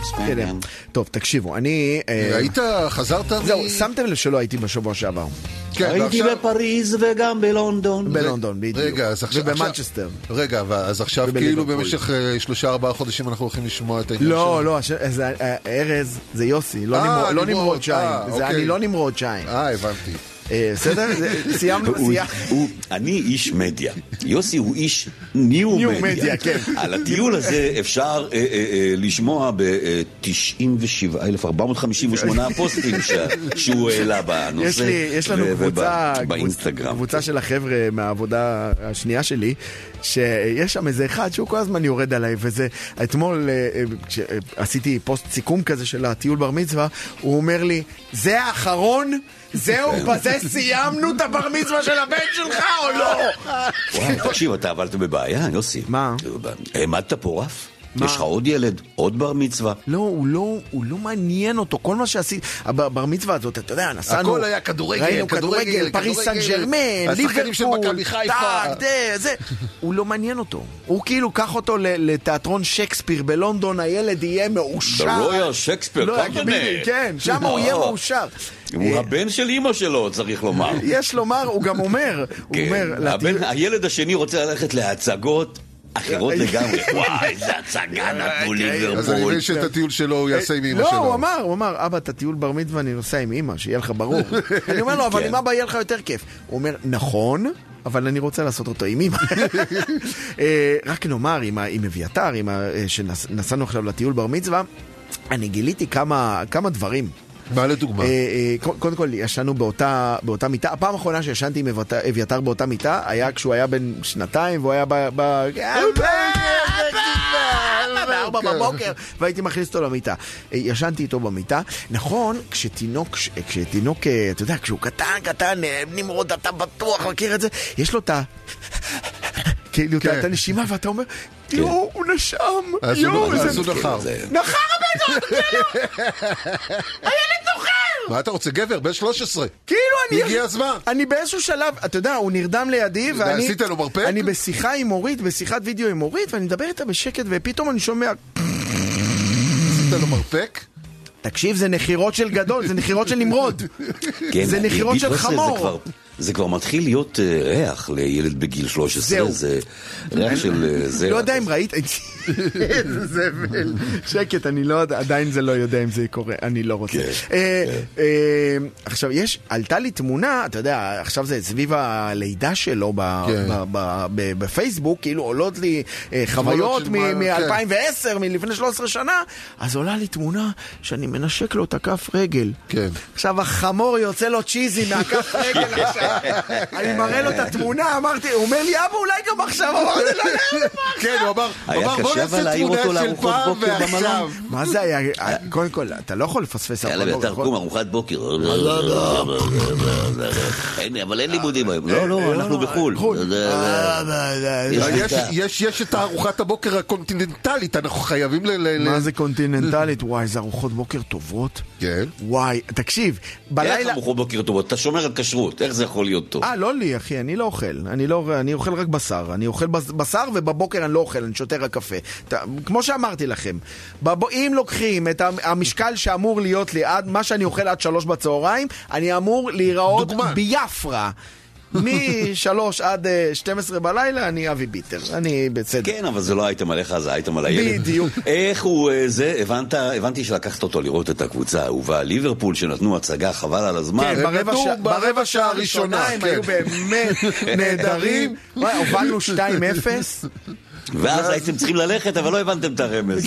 C: טוב, תקשיבו, אני...
D: היית, חזרת?
C: זהו, שמתם לב שלא הייתי בשבוע שעבר.
E: הייתי בפריז וגם בלונדון.
C: בלונדון, בדיוק.
D: רגע, אז עכשיו...
C: ובמנצ'סטר.
D: רגע, אז עכשיו כאילו במשך שלושה ארבעה חודשים אנחנו הולכים לשמוע את העניין שלנו.
C: לא, לא, ארז זה יוסי, לא נמרוד שיין. אני לא נמרוד שיין.
D: אה, הבנתי.
C: בסדר? סיימנו, סיימנו.
E: אני איש מדיה. יוסי הוא איש ניו מדיה. על הטיול הזה אפשר לשמוע ב-תשעים ושבעה אלף ארבע מאות חמישים ושמונה פוסטים שהוא העלה בנושא.
C: יש לנו קבוצה,
E: באינסטגרם.
C: קבוצה של החבר'ה מהעבודה השנייה שלי, שיש שם איזה אחד שהוא כל הזמן יורד עליי, וזה, אתמול כשעשיתי פוסט סיכום כזה של הטיול בר מצווה, הוא אומר לי, זה האחרון? זהו, בזה סיימנו את הבר מצווה של הבן שלך או לא?
E: וואו, תקשיב, אתה עברת בבעיה, יוסי.
C: מה?
E: העמדת פה רף? יש לך עוד ילד, עוד בר מצווה?
C: לא, הוא לא, הוא לא מעניין אותו. כל מה שעשיתי, הבר מצווה הזאת, אתה יודע, נסענו...
D: הכל היה כדורגל,
C: ראינו כדורגל, פריס סן ז'רמן, ליברפול, טאק, זה. הוא לא מעניין אותו. הוא כאילו, קח אותו לתיאטרון שייקספיר בלונדון, הילד יהיה מאושר.
E: ברויאל שייקספיר, קומפני.
C: כן, שם הוא יהיה מאושר.
E: הוא הבן של אמא שלו, צריך לומר.
C: יש לומר, הוא גם אומר.
E: הילד השני רוצה ללכת להצגות אחרות לגמרי. וואי, איזה הצגה נתנו ליברפול.
D: אז אני מבין שאת הטיול שלו הוא יעשה עם אמא שלו.
C: לא, הוא אמר, הוא אמר, אבא, את הטיול בר מצווה אני נוסע עם אמא, שיהיה לך ברור. אני אומר לו, אבל עם אבא יהיה לך יותר כיף. הוא אומר, נכון, אבל אני רוצה לעשות אותו עם אמא. רק נאמר, עם אביתר, שנסענו עכשיו לטיול בר מצווה, אני גיליתי כמה דברים.
D: מה לדוגמה?
C: קודם כל, ישנו באותה, באותה מיטה. הפעם האחרונה שישנתי עם אביתר באותה מיטה, היה כשהוא היה בן שנתיים, והוא היה ב... בארבע בבוקר, והייתי מכניס אותו למיטה. ישנתי איתו במיטה. נכון, כשתינוק, כשתינוק, אתה יודע, כשהוא קטן, קטן, נמרוד, אתה בטוח מכיר את זה, יש לו את ה... כאילו, את הנשימה, ואתה אומר, יואו, הוא נשם. יואו,
D: זה נחר.
C: נחר הבן, הילד נוחר.
D: מה אתה רוצה, גבר? בן שלוש עשרה.
C: כאילו אני...
D: הגיע הזמן.
C: אני באיזשהו שלב, אתה יודע, הוא נרדם לידי, ואני...
D: עשית לו מרפק?
C: אני בשיחה עם אורית, בשיחת וידאו עם אורית, ואני מדבר איתה בשקט, ופתאום אני שומע...
D: עשית לו מרפק?
C: תקשיב, זה נחירות של גדול, זה נחירות של נמרוד. זה נחירות של חמור.
E: זה כבר מתחיל להיות ריח לילד בגיל שלוש עשרה, זה ריח של זה.
C: לא יודע אם ראית, איזה זבל. שקט, אני לא יודע, עדיין זה לא יודע אם זה קורה, אני לא רוצה. עכשיו, יש, עלתה לי תמונה, אתה יודע, עכשיו זה סביב הלידה שלו בפייסבוק, כאילו עולות לי חוויות מ-אלפיים ועשר, מלפני שלוש עשרה שנה, אז עולה לי תמונה שאני מנשק לו את הכף רגל. עכשיו, החמור יוצא לו צ'יזי מהכף רגל עכשיו. אני מראה לו את התמונה, אמרתי, הוא אומר לי, אבא, אולי גם עכשיו, אמרתי לו, למה?
D: כן, הוא אמר, בוא נעשה תמונה של פעם ועכשיו.
C: מה זה היה? קודם כל, אתה לא יכול לפספס
E: יאללה, ביתר, קום, ארוחת בוקר. אבל אין לימודים היום. לא, לא, אנחנו בחול.
D: יש את ארוחת הבוקר הקונטיננטלית, אנחנו חייבים ל...
C: מה זה קונטיננטלית? וואי, זה ארוחות בוקר טובות.
D: כן.
C: וואי, תקשיב, בלילה...
E: איך ארוחות בוקר טובות? אתה שומר על כשרות, איך זה יכול להיות טוב?
C: אה, לא לי, אחי, אני לא אוכל. אני לא, אני אוכל רק בשר. אני אוכל בשר ובבוקר אני לא אוכל, אני שותה רק קפה. כמו שאמרתי לכם, אם לוקחים את המשקל שאמור להיות לי עד מה שאני אוכל עד שלוש בצהריים, אני אמור להיראות ביפרה. משלוש עד שתים עשרה בלילה אני אבי ביטר, אני בסדר.
E: כן, אבל זה לא הייתם עליך, זה הייתם על הילד.
C: בדיוק.
E: איך הוא זה, הבנת, הבנתי שלקחת אותו לראות את הקבוצה האהובה ליברפול שנתנו הצגה חבל על הזמן.
C: כן, ברבע שעה הראשונה הם היו באמת נהדרים. הובלנו שתיים אפס.
E: ואז הייתם צריכים ללכת, אבל לא הבנתם את הרמז.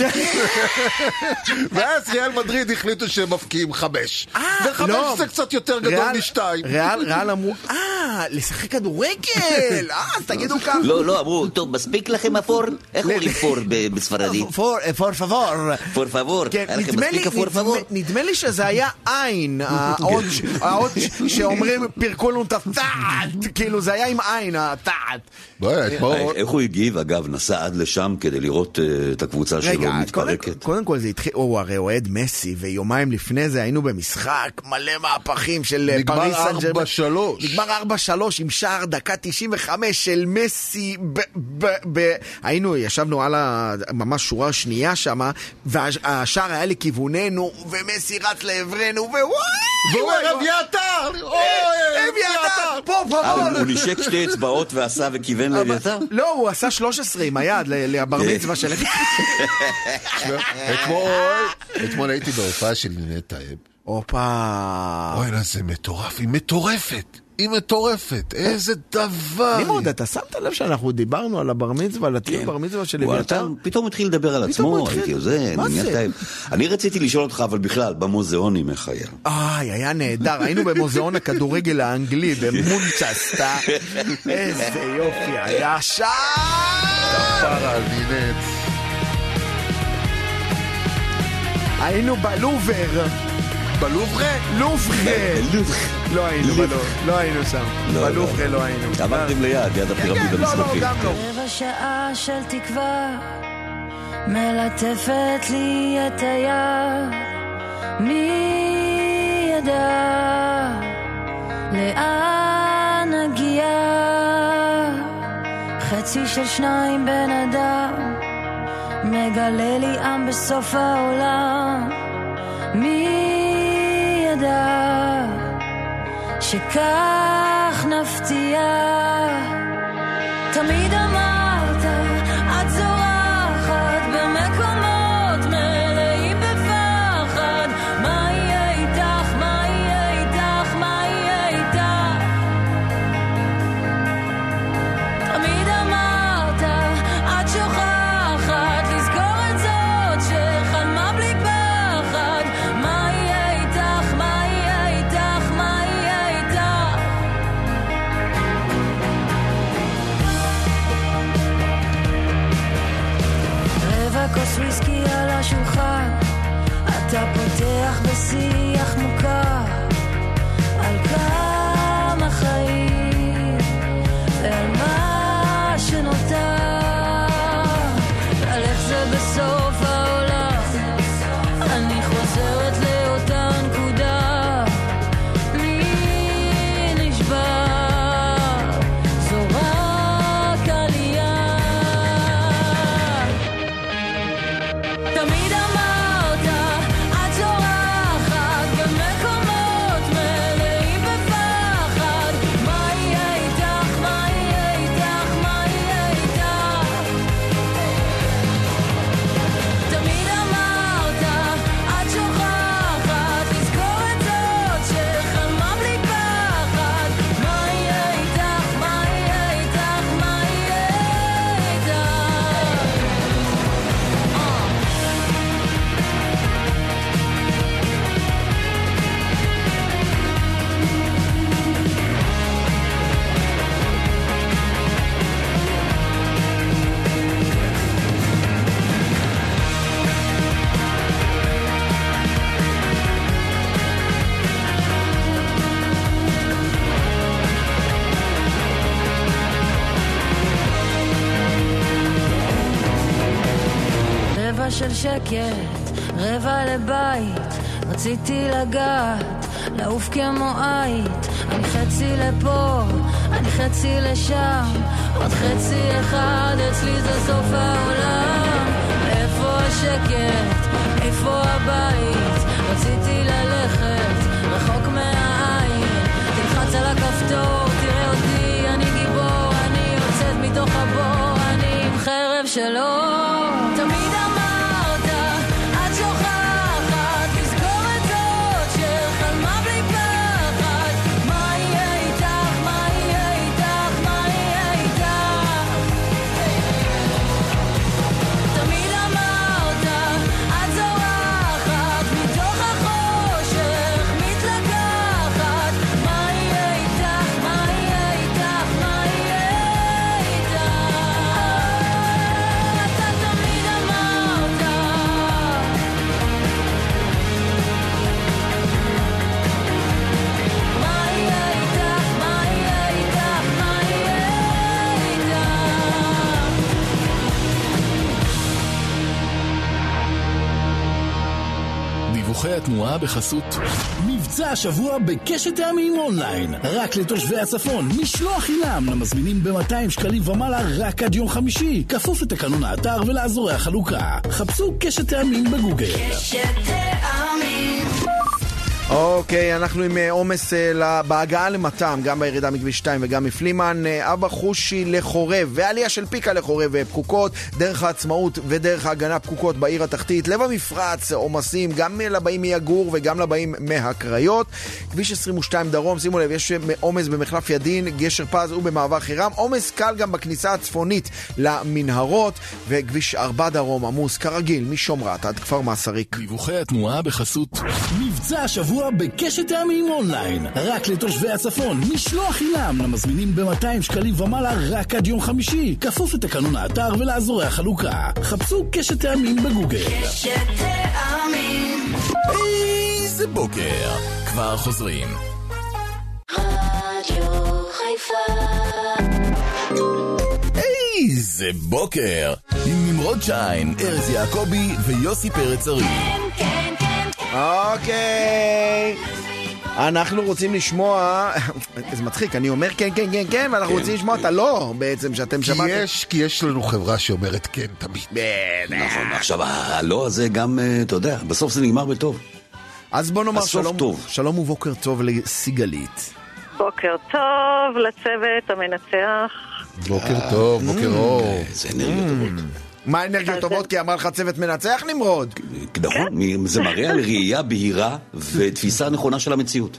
D: ואז ריאל מדריד החליטו שהם מפקיעים חמש. וחמש זה קצת יותר גדול משתיים.
C: ריאל אמרו, אה, לשחק כדורגל. אה, אז תגידו ככה.
E: לא, לא, אמרו, טוב, מספיק לכם אפור? איך אומרים פור בספרדית?
C: פור, פור פבור.
E: פור פבור.
C: נדמה לי שזה היה עין, העוד שאומרים פרקולנו את התעת. כאילו, זה היה עם עין, התעת.
E: איך הוא הגיב, אגב, נסע עד לשם כדי לראות את הקבוצה שלו מתפרקת?
C: קודם כל זה התחיל, הוא הרי אוהד מסי, ויומיים לפני זה היינו במשחק מלא מהפכים של פריס סן ז'רמן.
D: נגמר ארבע שלוש.
C: נגמר ארבע שלוש עם שער דקה תשעים וחמש של מסי. ב, ב, ב, היינו, ישבנו על ממש שורה שנייה שם, והשער היה לכיווננו, ומסי רץ לעברנו, ווואי!
D: והוא אביתר! אוי,
C: אביתר! פה, פה, פה!
E: הוא נשק שתי אצבעות ועשה וכיוון לאביתר?
C: לא, הוא עשה שלוש עשרה עם היד לבר מצווה של...
D: אתמול הייתי בהופעה של לינת טייב.
C: אופה.
D: אוי, זה מטורף, היא מטורפת. היא מטורפת, איזה דבר.
C: נמרוד, אתה שמת לב שאנחנו דיברנו על הבר מצווה, על הטיול בר מצווה של אביתר?
E: פתאום התחיל לדבר על עצמו, הייתי זה, אני רציתי לשאול אותך, אבל בכלל, במוזיאונים איך היה?
C: איי, היה נהדר, היינו במוזיאון הכדורגל האנגלי, במונצ'סטר, איזה יופי, היה שם!
D: כפרה על לינת.
C: היינו בלובר.
D: בלוברה?
C: לוברה. לא היינו בלובר, לא היינו שם. בלוברה לא היינו.
E: עברתם ליד, יד הפירמיד המשחקית.
F: רבע שעה של תקווה מלטפת לי את היד, מי ידע לאן נגיע, חצי של שניים בן אדם מגלה לי עם בסוף העולם, מי ידע שכך נפתיע. תמיד אמרת את זורחת במקומות מלאים בפחד, מה יהיה איתך, מה יהיה איתך, מה יהיה איתך. תמיד אמרת את שוכחת לזכור את זאת שחלמה בלי פחד, מה יהיה איתך, מה יהיה איתך, מה יהיה איתך. רבע כוס וויסקי על השולחן, אתה פותח בשיח מוכר על כמה חיים ועל מה שנותר, על איך זה בסוף העולם. אני חוזרת לאותה נקודה, מי נשבר, זו רק עלייה. תמיד אמרת את זורחת במקומות מלאים בפחד, מה יהיה איתך, מה יהיה איתך, מה יהיה איתך. תמיד אמרת את שוכחת לזכור את זאת שחלמה בלי פחד, מה יהיה איתך, מה יהיה איתך, מה יהיה איתך. רבע של שקט, רבע לבית, רציתי לגעת, לעוף כמו עית, אני חצי לפה, אני חצי לשם, עוד חצי אחד, אצלי זה סוף העולם. איפה השקט, איפה הבית, רציתי ללכת, רחוק מהעין, תלחץ על הכפתור, תראה אותי, אני גיבור, אני יוצאת מתוך הבור, אני עם חרב שלו. תמיד אמרת את שוכחת לזכור את זאת שחלמה בלי פחד, מה יהיה איתך, מה יהיה איתך, מה יהיה איתך. תמיד אמרת את זורחת מתוך החושך מתלקחת, מה יהיה איתך, מה יהיה איתך, מה יהיה איתך.
B: התנועה בחסות מבצע השבוע בקשת טעמים אונליין. רק לתושבי הצפון, משלוח חינם למזמינים ב-מאתיים שקלים ומעלה רק עד יום חמישי. כפוף לתקנון האתר ולאזורי החלוקה. חפשו קשת טעמים בגוגל. קשת טעמים.
C: אוקיי, אנחנו עם עומס בהגעה למתם, גם בירידה מכביש שתיים וגם מפלימן. אבא חושי לחורב ועלייה של פיקה לחורב ופקוקות, דרך העצמאות ודרך ההגנה פקוקות בעיר התחתית. לב המפרץ עומסים גם לבאים מיגור וגם לבאים מהקריות. כביש עשרים ושתיים דרום, שימו לב, יש עומס במחלף ידין, גשר פז ובמעבר חירם. עומס קל גם בכניסה הצפונית למנהרות, וכביש ארבע דרום עמוס כרגיל משומרת עד כפר מסריק.
B: דיווחי התנועה בחסות מבצע השבוע בקשת טעמים אונליין. רק לתושבי הצפון, משלוח חינם למזמינים ב-מאתיים שקלים ומעלה רק עד יום חמישי. כפוף לתקנון האתר ולאזורי החלוקה. חפשו קשת טעמים בגוגל. קשת טעמים.
G: איזה בוקר. כבר חוזרים.
K: רדיו חיפה.
G: איזה בוקר. עם נמרוד שיין, ארז יעקובי ויוסי פרץ ארי.
K: כן, כן.
C: אוקיי, אנחנו רוצים לשמוע, זה מצחיק, אני אומר כן, כן, כן, כן, ואנחנו רוצים לשמוע את הלא בעצם שאתם שמעתם.
D: כי יש, כי יש לנו חברה שאומרת כן תמיד.
E: נכון, עכשיו הלא הזה גם, אתה יודע, בסוף זה נגמר בטוב.
C: אז בוא נאמר שלום,
E: טוב.
C: שלום ובוקר טוב לסיגלית.
L: בוקר טוב לצוות המנצח.
D: בוקר טוב, בוקר אור.
E: זה אנרגיות טובות.
C: מה אנרגיות טובות? כי אמר לך צוות מנצח נמרוד.
E: נכון, זה מראה על ראייה בהירה ותפיסה נכונה של המציאות.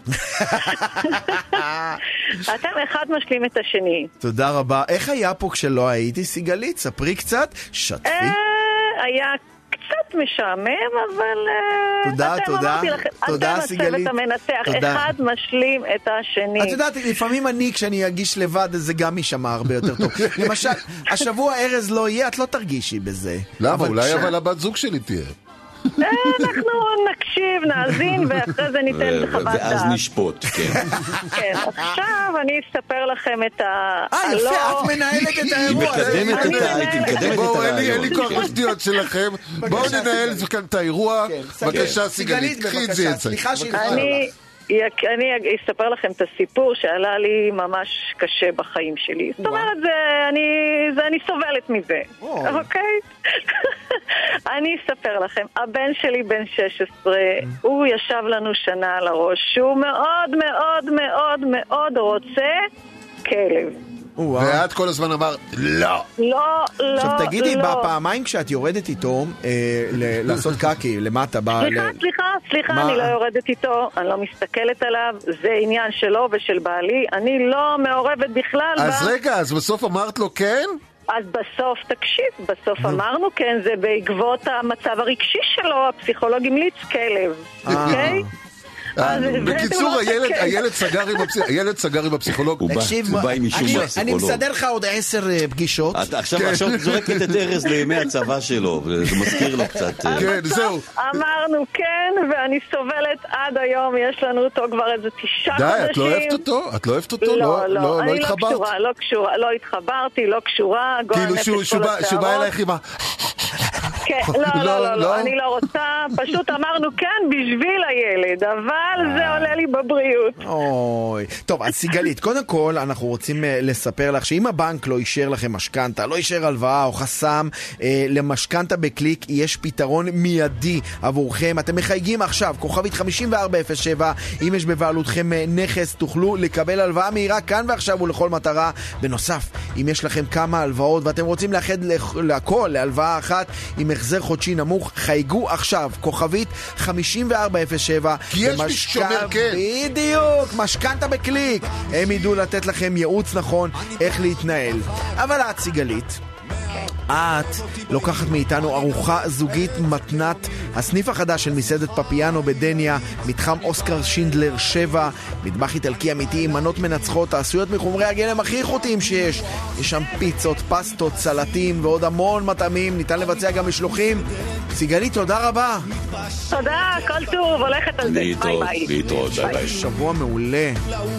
L: אתם אחד משלים את השני.
C: תודה רבה. איך היה פה כשלא הייתי סיגלית? ספרי קצת, שתפי.
L: היה קצת משעמם, אבל
C: תודה, תודה. תודה סיגלית.
L: אתם הצוות המנצח, אחד משלים את השני.
C: את יודעת, לפעמים אני כשאני אגיש לבד זה גם יישמע הרבה יותר טוב. למשל, השבוע ארז לא יהיה, את לא תרגישי בזה.
D: למה? אולי אבל הבת זוג שלי תהיה.
L: אנחנו נקשיב, נאזין, ואחרי זה ניתן את חוות דעת.
E: ואז נשפוט, כן.
L: כן, עכשיו אני אספר לכם את ה...
C: אה, יפה, את מנהלת את האירוע.
E: היא מקדמת את הרעיון.
D: בואו, אין לי כוח לשטויות שלכם. בואו ננהל כאן את האירוע. בבקשה, סיגלית, קחי את זה.
C: סליחה שהתחלת.
L: אני אספר לכם את הסיפור שעלה לי ממש קשה בחיים שלי. זאת אומרת, אני סובלת מזה. אוקיי? אני אספר לכם, הבן שלי בן שש עשרה, הוא ישב לנו שנה על הראש, שהוא מאוד מאוד מאוד מאוד רוצה כלב.
D: ואת כל הזמן אמר, לא.
L: לא, לא,
C: עכשיו תגידי,
L: לא.
C: בפעמיים כשאת יורדת איתו לעשות קקי למטה,
L: סליחה, סליחה, סליחה, אני לא יורדת איתו, אני לא מסתכלת עליו, זה עניין שלו ושל בעלי, אני לא מעורבת בכלל.
D: אז רגע, אז בסוף אמרת לו כן?
L: אז בסוף, תקשיב, בסוף אמרנו כן, זה בעקבות המצב הרגשי שלו, הפסיכולוג המליץ כלב, אוקיי?
D: בקיצור, הילד סגר עם הפסיכולוג.
E: הוא בא עם אישור מהפסיכולוג.
C: אני מסדר לך עוד עשר פגישות.
E: עכשיו זורקת את ארז לימי הצבא שלו, זה מזכיר לו קצת.
D: כן, זהו.
L: אמרנו כן, ואני סובלת עד היום, יש לנו אותו כבר איזה תשעה חודשים.
D: די, את לא אוהבת אותו? את לא אוהבת אותו?
L: לא, לא, אני
D: התחברת?
L: לא קשורה, לא קשורה, לא התחברתי, לא קשורה, גועל נפש כל השערות.
D: כאילו שהוא בא אלייך עם ה...
L: כן, לא, לא, לא, אני לא רוצה, פשוט אמרנו כן בשביל הילד, אבל זה עולה לי בבריאות.
C: אוי, טוב, אז סיגלית, קודם כל אנחנו רוצים לספר לך שאם הבנק לא אישר לכם משכנתה, לא אישר הלוואה או חסם למשכנתה בקליק, יש פתרון מיידי עבורכם. אתם מחייגים עכשיו, כוכבית חמישים וארבע אפס שבע, אם יש בבעלותכם נכס, תוכלו לקבל הלוואה מהירה כאן ועכשיו ולכל מטרה. בנוסף, אם יש לכם כמה הלוואות ואתם רוצים לאחד לכל להלוואה אחת עם החזר חודשי נמוך, חייגו עכשיו, כוכבית חמישים וארבע אפס שבע.
D: כי יש מי שאומר כן.
C: בדיוק, משכנתה בקליק. הם ידעו לתת לכם ייעוץ נכון איך להתנהל. אבל את סיגלית, את לוקחת מאיתנו ארוחה זוגית מתנת, הסניף החדש של מסעדת פפיאנו בדניה, מתחם אוסקר שינדלר שבע, מטבח איטלקי אמיתי עם מנות מנצחות העשויות מחומרי הגלם הכי איכותיים שיש. יש שם פיצות, פסטות, סלטים ועוד המון מטעמים, ניתן לבצע גם משלוחים. סיגלית, תודה רבה.
L: תודה, כל טוב, הולכת על זה.
E: להתראות, להתראות, ביי ביי.
C: שבוע מעולה.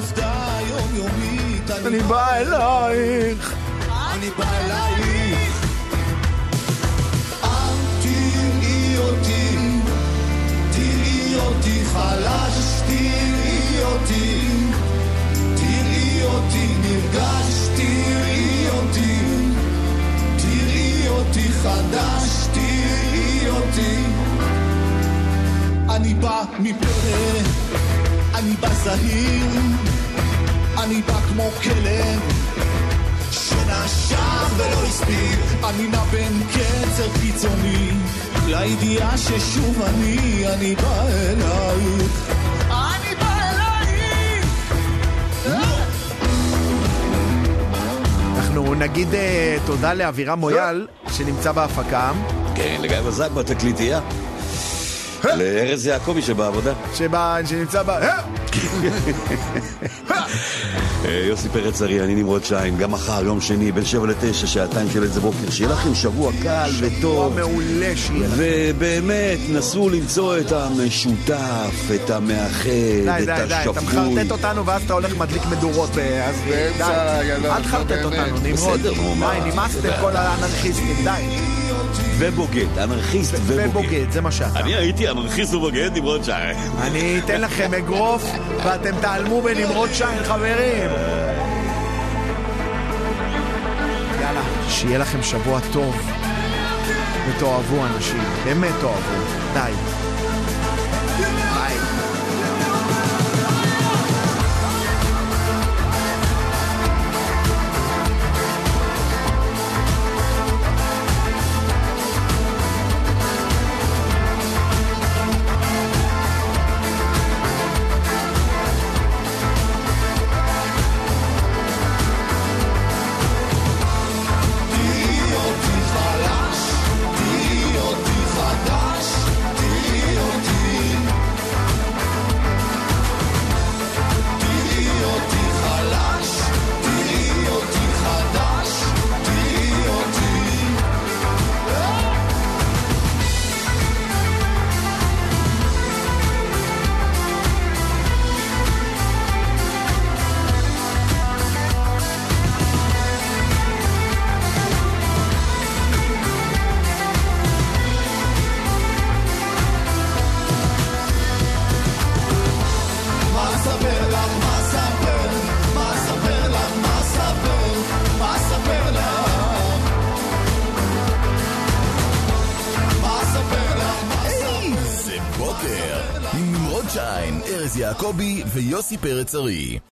C: אני בא אלייך,
I: אני בא אלייך, אל תראי אותי, תראי אותי אותי חלש, תראי אותי, תראי אותי נרגש, תראי אותי, תראי אותי חדש, תראי אותי. אני בא מפרא, אני בא זהיר, אני בא כמו כלב שנשב ולא הספיק. אני נע בין קצר קיצוני לידיעה ששוב אני, אני בא אלייך, אני בא אלייך.
C: אנחנו נגיד uh, תודה לאבירם מויאל שנמצא בהפקה.
E: כן, לגיא בזק בתקליטייה. לארז יעקבי שבעבודה.
C: שבא, שנמצא בה...
E: יוסי פרץ ארי, אני נמרוד שיין, גם מחר, יום שני, בין שבע לתשע, שעתיים של איזה בוקר. שיהיה לכם שבוע קל וטוב.
C: שבוע מעולה שיהיה לכם.
E: ובאמת, נסו למצוא את המשותף, את המאחד, את השפוי. די, די, די,
C: אתה מחרטט אותנו ואז אתה הולך מדליק מדורות.
D: באמצע,
C: אל תחרטט אותנו, נמרוד. די, נמאסתם כל האנרכיסטים, די.
E: ובוגד, אנרכיסט ובוגד.
C: ובוגד, זה מה שאתה.
E: אני הייתי אנרכיסט ובוגד, נמרוד שיין.
C: אני אתן לכם אגרוף ואתם תעלמו בנמרוד שיין, חברים. יאללה, שיהיה לכם שבוע טוב ותאהבו אנשים, באמת תאהבו. די. ביי.
G: עם נמרוד שיין, ארז יעקבי ויוסי פרץ ארי.